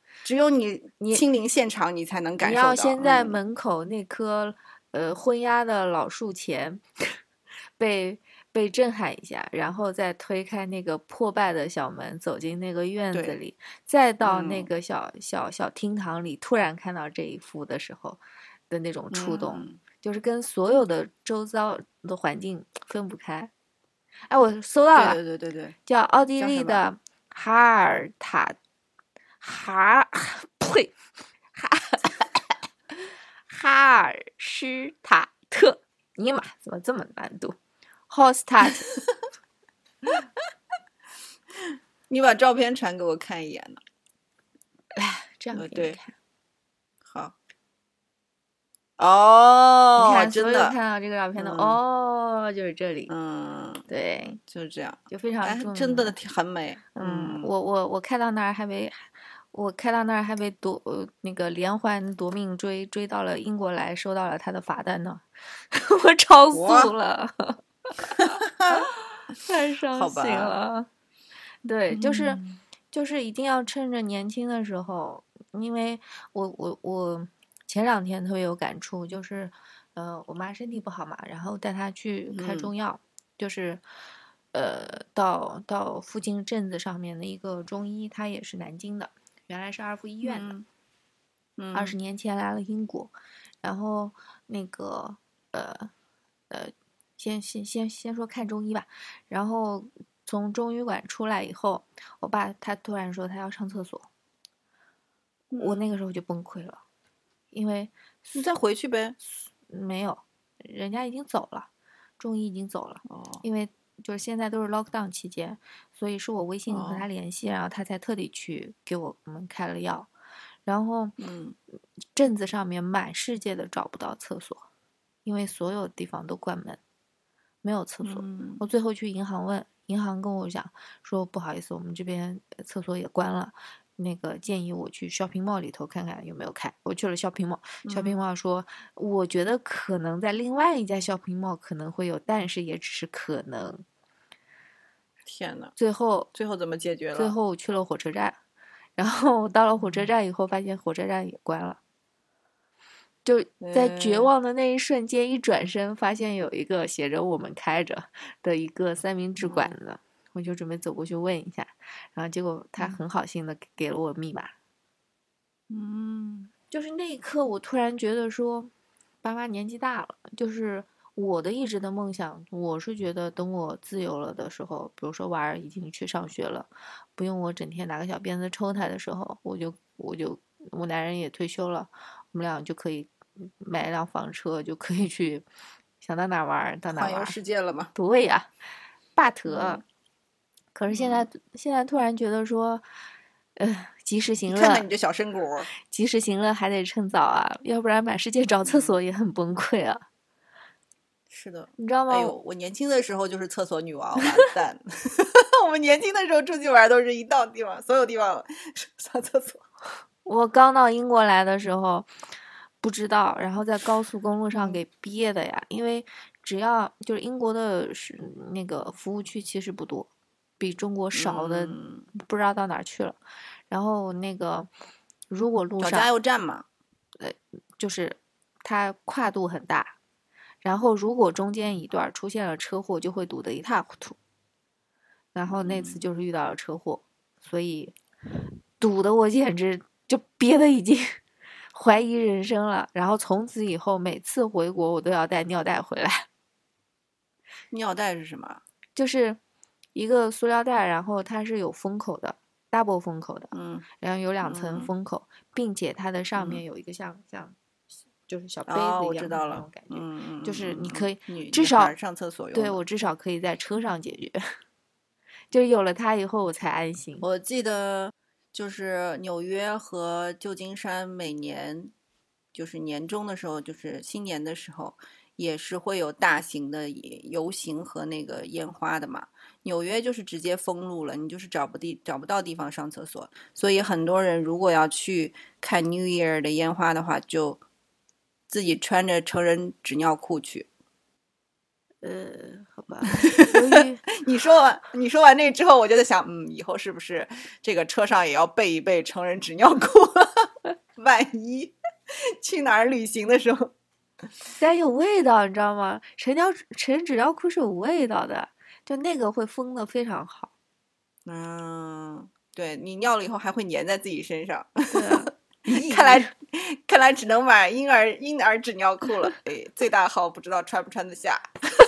只有你你亲临现场，你才能感你受到。 要先在嗯门口那棵、呃昏鸦的老树前被被震撼一下，然后再推开那个破败的小门，走进那个院子对里，再到那嗯个小、小小厅堂里，突然看到这一幅的时候的那种触动， 嗯就是跟所有的周遭的环境分不开。哎，我搜到对了， 对对对对， 叫奥地叫什么？ 利的哈尔塔哈呸哈哈尔施塔特，尼玛，怎么这么难读 ？Hallstatt 你把照片传给我看一眼呢。 哎，这样呃，对， 给你看。 好。 你哦， 看，所真的， 有看到这个照片的、 嗯哦，就是这里， 嗯， 对， 就是这样。 就非常哎， 著真的名的。 很美。 嗯， 嗯， 我我我开到那儿还没，我开到那儿还被夺呃那个连环夺命追追到了英国来，收到了他的罚单呢，我超速我了，太伤好心吧， 了。对，就是嗯就是一定要趁着年轻的时候，因为我我我前两天特别有感触，就是呃我妈身体不好嘛，然后带她去开中嗯药，就是呃到到附近镇子上面的一个中医，他也是南京的，原来是二附医院的， 嗯嗯二十年前来了英国，然后那个呃呃，先先先先说看中医吧，然后从中医馆出来以后，我爸他突然说他要上厕所，我那嗯， 个时候就崩溃了，因为你再回去呗。 没有，人家已经走了，中医已经走了， 哦因为就是现在都是 lockdown 期间，所以是我微信和他哦， 联系，然后他才特地去给我们开了药，然后嗯镇子上面满世界的找不到厕所，因为所有地方都关门，没有厕所。 嗯我最后去银行问，银行跟我讲说不好意思，我们这边呃厕所也关了。那个建议我去 shopping mall 里头看看有没有开。我去了 shopping mall，shopping 嗯， mall 说，我觉得可能在另外一家 shopping mall 可能会有，但是也只是可能。 天呐， 最后， 最后怎么解决了？ 最后我去了火车站，然后到了火车嗯站以后，发现火车站也关了。就在绝呃望的那一瞬间，一转身发现有一个写着"我们开着"的一个三明治馆子，我就准备走过去问一下，然后结果他嗯很好心的给了我密码。 嗯就是那一刻，我突然觉得说，爸妈年纪大了，就是我的一直的梦想，我是觉得等我自由了的时候，比如说娃儿已经去上学了，不用我整天拿个小鞭子抽他的时候，我就我就我男人也退休了，我们俩就可以买一辆房车，就可以去想到哪儿玩儿到哪儿环游玩儿。 世界了嘛。 对呀，but、 嗯可是现在、现在突然觉得说，呃，及时行乐， 看看你这小身骨。 及时行乐还得趁早啊，要不然满世界找厕所也很崩溃啊。 是的， 你知道吗？ 哎呦，我年轻的时候就是厕所女王，完蛋！我们年轻的时候出去玩都是一到地方，所有地方上厕所。 我刚到英国来的时候不知道，然后在高速公路上嗯给憋的呀，因为只要就是英国的是那个服务区其实不多，比中国少的嗯不知道到哪儿去了。然后那个如果路上找加油站嘛。 就是它跨度很大，然后如果中间一段出现了车祸，就会堵得一塌糊涂。然后那次就是遇到了车祸，所以堵得我简直就憋得已经怀疑人生了。然后从此以后，每次回国我都要带尿袋回来， 尿袋是什么？ 就是一个塑料袋，然后它是有封口的，double 封口的， 嗯然后有两层嗯封口，并且它的上嗯面有一个像像就是小杯哦， 子一样的我知道了那种感觉， 嗯嗯， 就是嗯嗯你可以女至少女孩上厕所用的。 对我至少可以在车上解决，就有了它以后我才安心。 我记得就是纽约和旧金山每年就是年终的时候，就是新年的时候，也是会有大型的游行和那个烟花的嘛。纽约就是直接封路了，你就是找不地找不到地方上厕所，所以很多人如果要去看 New Year 的烟花的话，就自己穿着成人纸尿裤去。 呃，好吧。由于你说完你说完这之后，我就在想，嗯，以后是不是这个车上也要备一备成人纸尿裤？万一去哪儿旅行的时候， 但有味道，你知道吗？成尿成人纸尿裤是有味道的，就那个会封的非常好。 嗯，对你尿了以后还会粘在自己身上。 对啊， 看来看来只能买婴儿婴儿纸尿裤了。哎，最大号不知道穿不穿得下。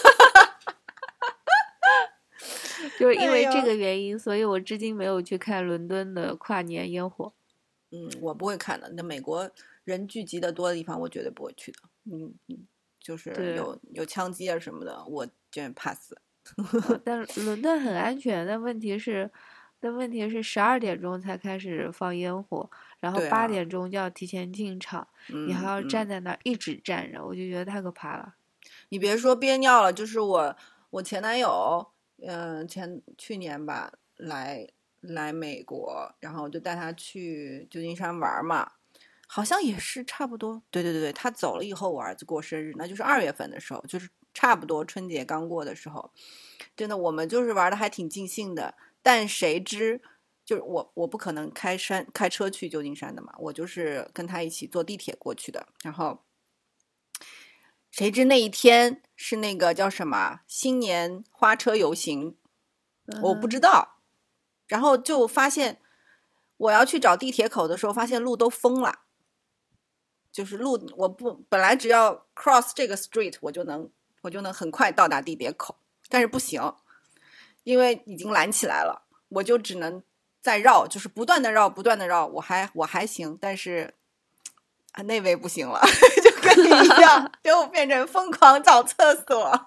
就是因为哎呦这个原因，所以我至今没有去看伦敦的跨年烟火。 嗯，我不会看的。那美国人聚集的多的地方，我绝对不会去的。嗯嗯，就是对有有枪击啊什么的，我真怕死。 呃但伦敦很安全，但问题是，但问题是十二点钟才开始放烟火，然后对啊八点钟就要提前进场，你还嗯嗯要站在那儿一直站着，我就觉得太可怕了。 你别说憋尿了，就是我我前男友，嗯、前去年吧来来美国，然后我就带他去旧金山玩嘛，好像也是差不多，对对对对，他走了以后，我儿子过生日，那就是二月份的时候，就是差不多春节刚过的时候，真的我们就是玩的还挺尽兴的，但谁知。就是我，我不可能开山开车去旧金山的嘛，我就是跟他一起坐地铁过去的。然后，谁知那一天是那个叫什么新年花车游行，我不知道。然后就发现我要去找地铁口的时候，发现路都封了。就是路我不本来只要 cross 这个 street 我就能我就能很快到达地铁口，但是不行，因为已经拦起来了，我就只能再绕，就是不断的绕不断的绕，我还我还行，但是啊那位不行了，就跟你一样，就变成疯狂找厕所。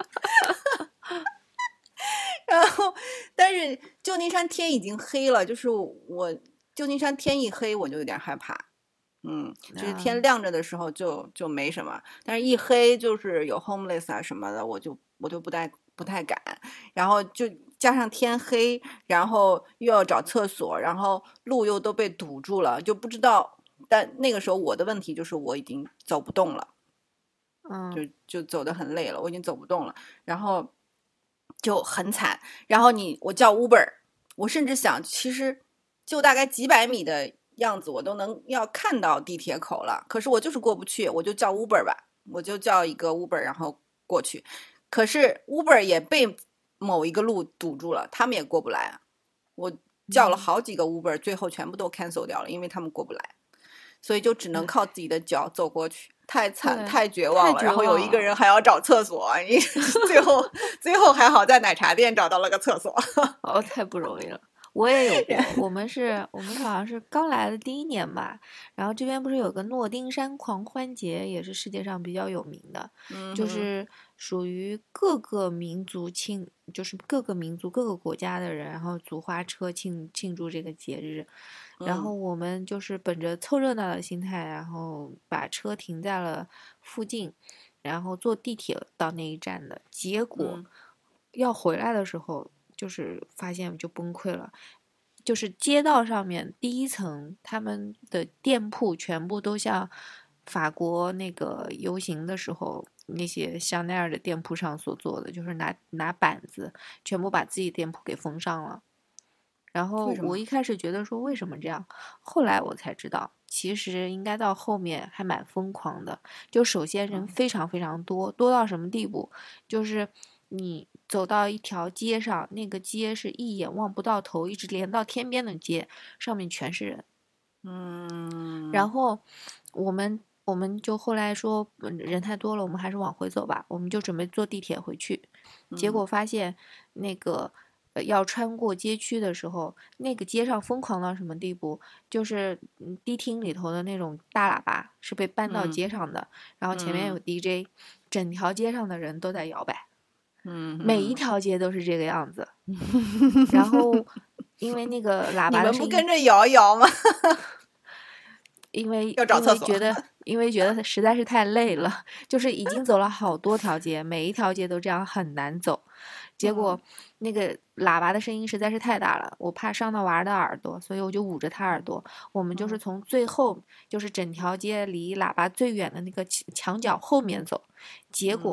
然后，但是旧金山天已经黑了，就是我旧金山天一黑我就有点害怕。嗯，就是天亮着的时候就就没什么，但是一黑就是有 homeless 啊什么的，我就我就不太不太敢。然后就加上天黑，然后又要找厕所，然后路又都被堵住了，就不知道。但那个时候我的问题就是我已经走不动了， 嗯， 就就走得很累了，我已经走不动了，然后就很惨。然后你我叫 Uber， 我甚至想，其实就大概几百米的样子，我都能要看到地铁口了，可是我就是过不去，我就叫 Uber 吧，我就叫一个 Uber， 然后过去。可是 Uber 也被某一个路堵住了，他们也过不来啊。我叫了好几个 Uber，、嗯、最后全部都 cancel 掉了，因为他们过不来，所以就只能靠自己的脚走过去。太惨太绝望了，然后有一个人还要找厕所，你最后最后还好在奶茶店找到了个厕所。 哦，太不容易了。我也有过，我们是我们好像是刚来的第一年吧，然后这边不是有个诺丁山狂欢节，也是世界上比较有名的， 嗯、 就是属于各个民族庆，就是各个民族各个国家的人，然后组花车庆庆祝这个节日。然后我们就是本着凑热闹的心态，然后把车停在了附近，然后坐地铁到那一站的。结果要回来的时候，就是发现就崩溃了，就是街道上面第一层他们的店铺全部都像法国那个游行的时候那些香奈儿的店铺上所做的，就是拿拿板子全部把自己店铺给封上了。然后我一开始觉得说为什么这样，后来我才知道，其实应该到后面还蛮疯狂的。就首先人非常非常多，多到什么地步？就是你走到一条街上，那个街是一眼望不到头，一直连到天边的街，上面全是人。 嗯， 然后我们我们就后来说人太多了，我们还是往回走吧，我们就准备坐地铁回去。结果发现那个。要穿过街区的时候，那个街上疯狂到什么地步？就是迪厅里头的那种大喇叭是被搬到街上的， 嗯、 然后前面有 D J，、嗯、整条街上的人都在摇摆， 嗯， 每一条街都是这个样子。然后因为那个喇叭的声音， 你们不跟着摇一摇吗？ 因为要找厕所， 因为觉得因为觉得实在是太累了，就是已经走了好多条街，每一条街都这样很难走。结果那个喇叭的声音实在是太大了，我怕伤到娃儿的耳朵，所以我就捂着他耳朵。我们就是从最后，就是整条街离喇叭最远的那个墙角后面走。结果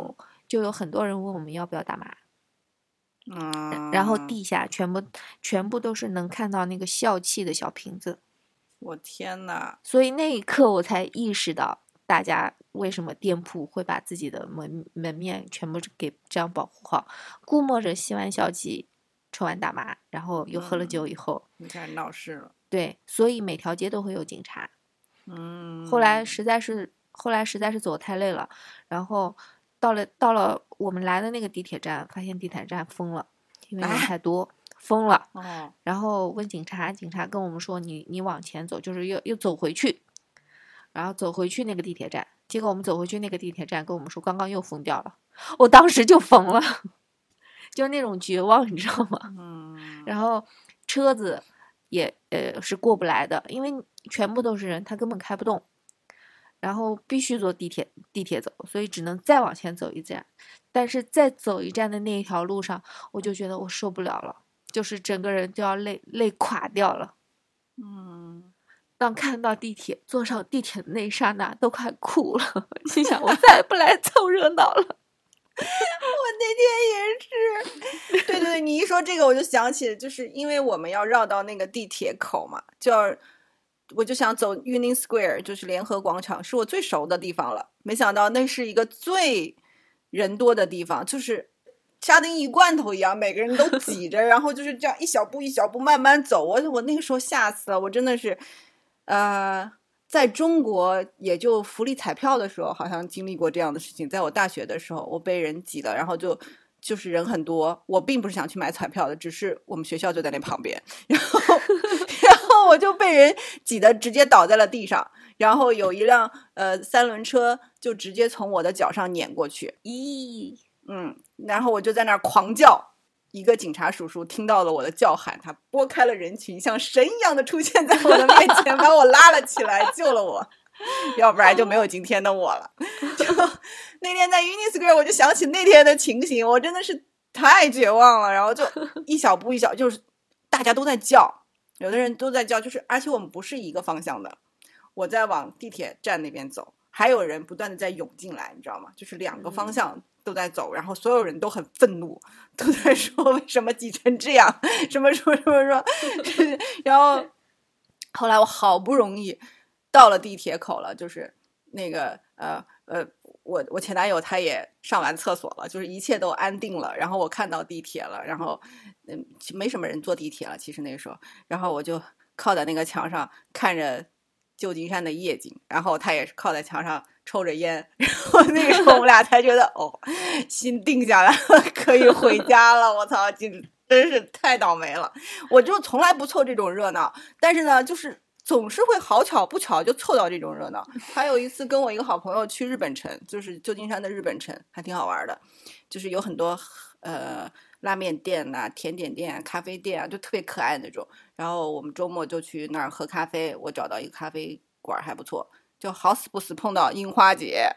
就有很多人问我们要不要打码。 嗯， 然后地下全部全部都是能看到那个笑气的小瓶子。 我天哪！ 所以那一刻我才意识到，大家为什么店铺会把自己的门门面全部给这样保护好，估摸着吸完笑气，抽完大麻，然后又喝了酒以后， 你开始闹事了。 对，所以每条街都会有警察。 嗯， 后来实在是后来实在是走太累了，然后到了到了我们来的那个地铁站，发现地铁站封了，因为人太多。啊封了， 哦， 然后问警察，警察跟我们说你你往前走，就是又又走回去，然后走回去那个地铁站，结果我们走回去那个地铁站跟我们说刚刚又封掉了，我当时就疯了，就那种绝望，你知道吗？ 嗯， 然后车子也呃是过不来的，因为全部都是人，他根本开不动，然后必须坐地铁地铁走，所以只能再往前走一站，但是再走一站的那一条路上，我就觉得我受不了了。就是整个人都要累累垮掉了， 嗯， 当看到地铁坐上地铁的那一刹那，都快哭了。心想我再也不来凑热闹了。 我那天也是，对对对，你一说这个，我就想起，就是因为我们要绕到那个地铁口嘛，就要我就想走 Union Square， 就是联合广场，是我最熟的地方了。没想到那是一个最人多的地方，就是沙丁鱼罐头一样，每个人都挤着，然后就是这样一小步一小步慢慢走。我我那个时候吓死了，我真的是，呃，在中国也就福利彩票的时候，好像经历过这样的事情。在我大学的时候，我被人挤了，然后就就是人很多。我并不是想去买彩票的，只是我们学校就在那旁边，然后然后我就被人挤得直接倒在了地上。然后有一辆呃三轮车就直接从我的脚上碾过去， 咦。 嗯，然后我就在那儿狂叫，一个警察叔叔听到了我的叫喊，他拨开了人群，像神一样的出现在我的面前，把我拉了起来，救了我，要不然就没有今天的我了。就那天在 Union Square， 我就想起那天的情形，我真的是太绝望了。然后就一小步一小，就是大家都在叫，有的人都在叫，就是而且我们不是一个方向的，我在往地铁站那边走，还有人不断的在涌进来，你知道吗？就是两个方向都在走，然后所有人都很愤怒，都在说为什么挤成这样，什么什么什么什么。然后后来我好不容易到了地铁口了，就是那个呃呃，我我前男友他也上完厕所了，就是一切都安定了。然后我看到地铁了，然后嗯，没什么人坐地铁了，其实那个时候，然后我就靠在那个墙上看着旧金山的夜景，然后他也是靠在墙上抽着烟，然后那个时候我们俩才觉得哦，心定下来了，可以回家了。我操，真是太倒霉了！我就从来不凑这种热闹，但是呢，就是总是会好巧不巧就凑到这种热闹。还有一次跟我一个好朋友去日本城，就是旧金山的日本城，还挺好玩的，就是有很多呃拉面店啊、甜点店啊、咖啡店啊，就特别可爱的那种。然后我们周末就去那儿喝咖啡，我找到一个咖啡馆还不错，就好死不死碰到樱花节，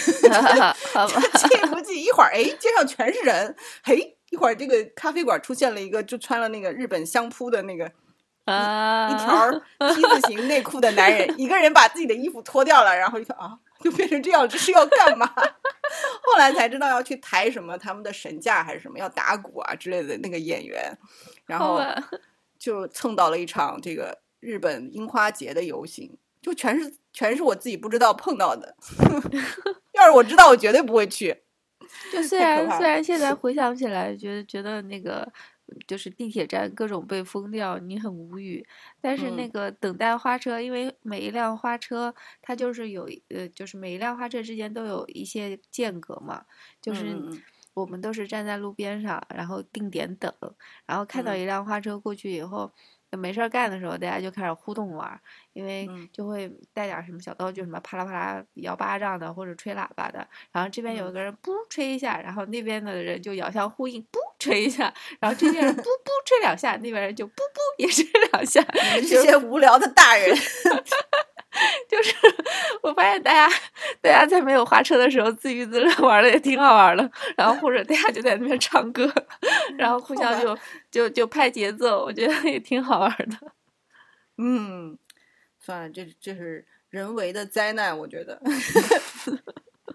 进不进一会儿，哎，街上全是人，嘿，一会儿这个咖啡馆出现了一个就穿了那个日本相扑的那个啊， 一条 T 字形内裤的男人，一个人把自己的衣服脱掉了，然后一看啊，就变成这样，这是要干嘛？后来才知道要去抬什么他们的神架还是什么，要打鼓啊之类的那个演员，然后就蹭到了一场这个日本樱花节的游行，就全是全是我自己不知道碰到的。要是我知道，我绝对不会去。 就虽然虽然现在回想起来，觉得觉得那个就是地铁站各种被封掉，你很无语。但是那个等待花车，嗯、因为每一辆花车它就是有呃，就是每一辆花车之间都有一些间隔嘛，就是我们都是站在路边上，然后定点等，然后看到一辆花车过去以后。嗯没事干的时候，大家就开始互动玩，因为就会带点什么小道具，什么啪啦啪啦摇巴掌的或者吹喇叭的。然后这边有个人噗吹一下，然后那边的人就遥相呼应噗吹一下，然后这边人噗噗吹两下，那边人就噗噗也是两下。 你们这些无聊的大人。 就是我发现大家大家在没有花车的时候自娱自乐玩的也挺好玩的，然后或者大家就在那边唱歌，然后互相就就就拍节奏，我觉得也挺好玩的。 嗯，算了，这这是人为的灾难，我觉得。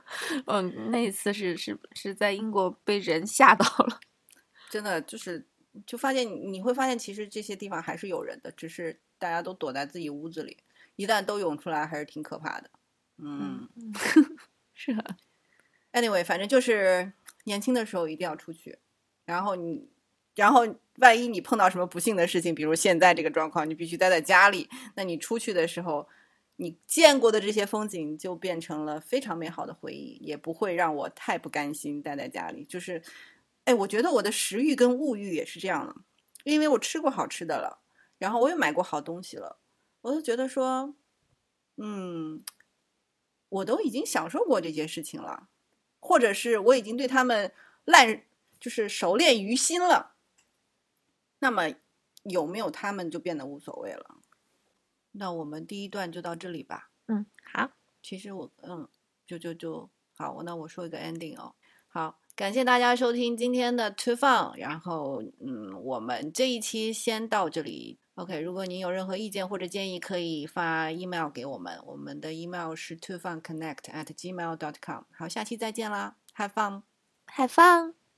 嗯，那一次是是是在英国被人吓到了， 真的就是就发现你会发现其实这些地方还是有人的，只是大家都躲在自己屋子里，一旦都涌出来还是挺可怕的。嗯， 嗯是啊。 anyway 反正就是年轻的时候一定要出去，然后你然后万一你碰到什么不幸的事情，比如现在这个状况你必须待在家里，那你出去的时候你见过的这些风景就变成了非常美好的回忆，也不会让我太不甘心待在家里。就是哎，我觉得我的食欲跟物欲也是这样的，因为我吃过好吃的了，然后我也买过好东西了，我就觉得说嗯我都已经享受过这些事情了，或者是我已经对他们烂就是熟练于心了，那么有没有他们就变得无所谓了。那我们第一段就到这里吧。 嗯，好。 其实我嗯，就就就好，那我说一个 ending 哦。好，感谢大家收听今天的 Too Fun， 然后嗯，我们这一期先到这里。OK， 如果您有任何意见或者建议，可以发 email 给我们，我们的 email 是 too fun connect at gmail dot com。好，下期再见啦，Have fun， Have fun。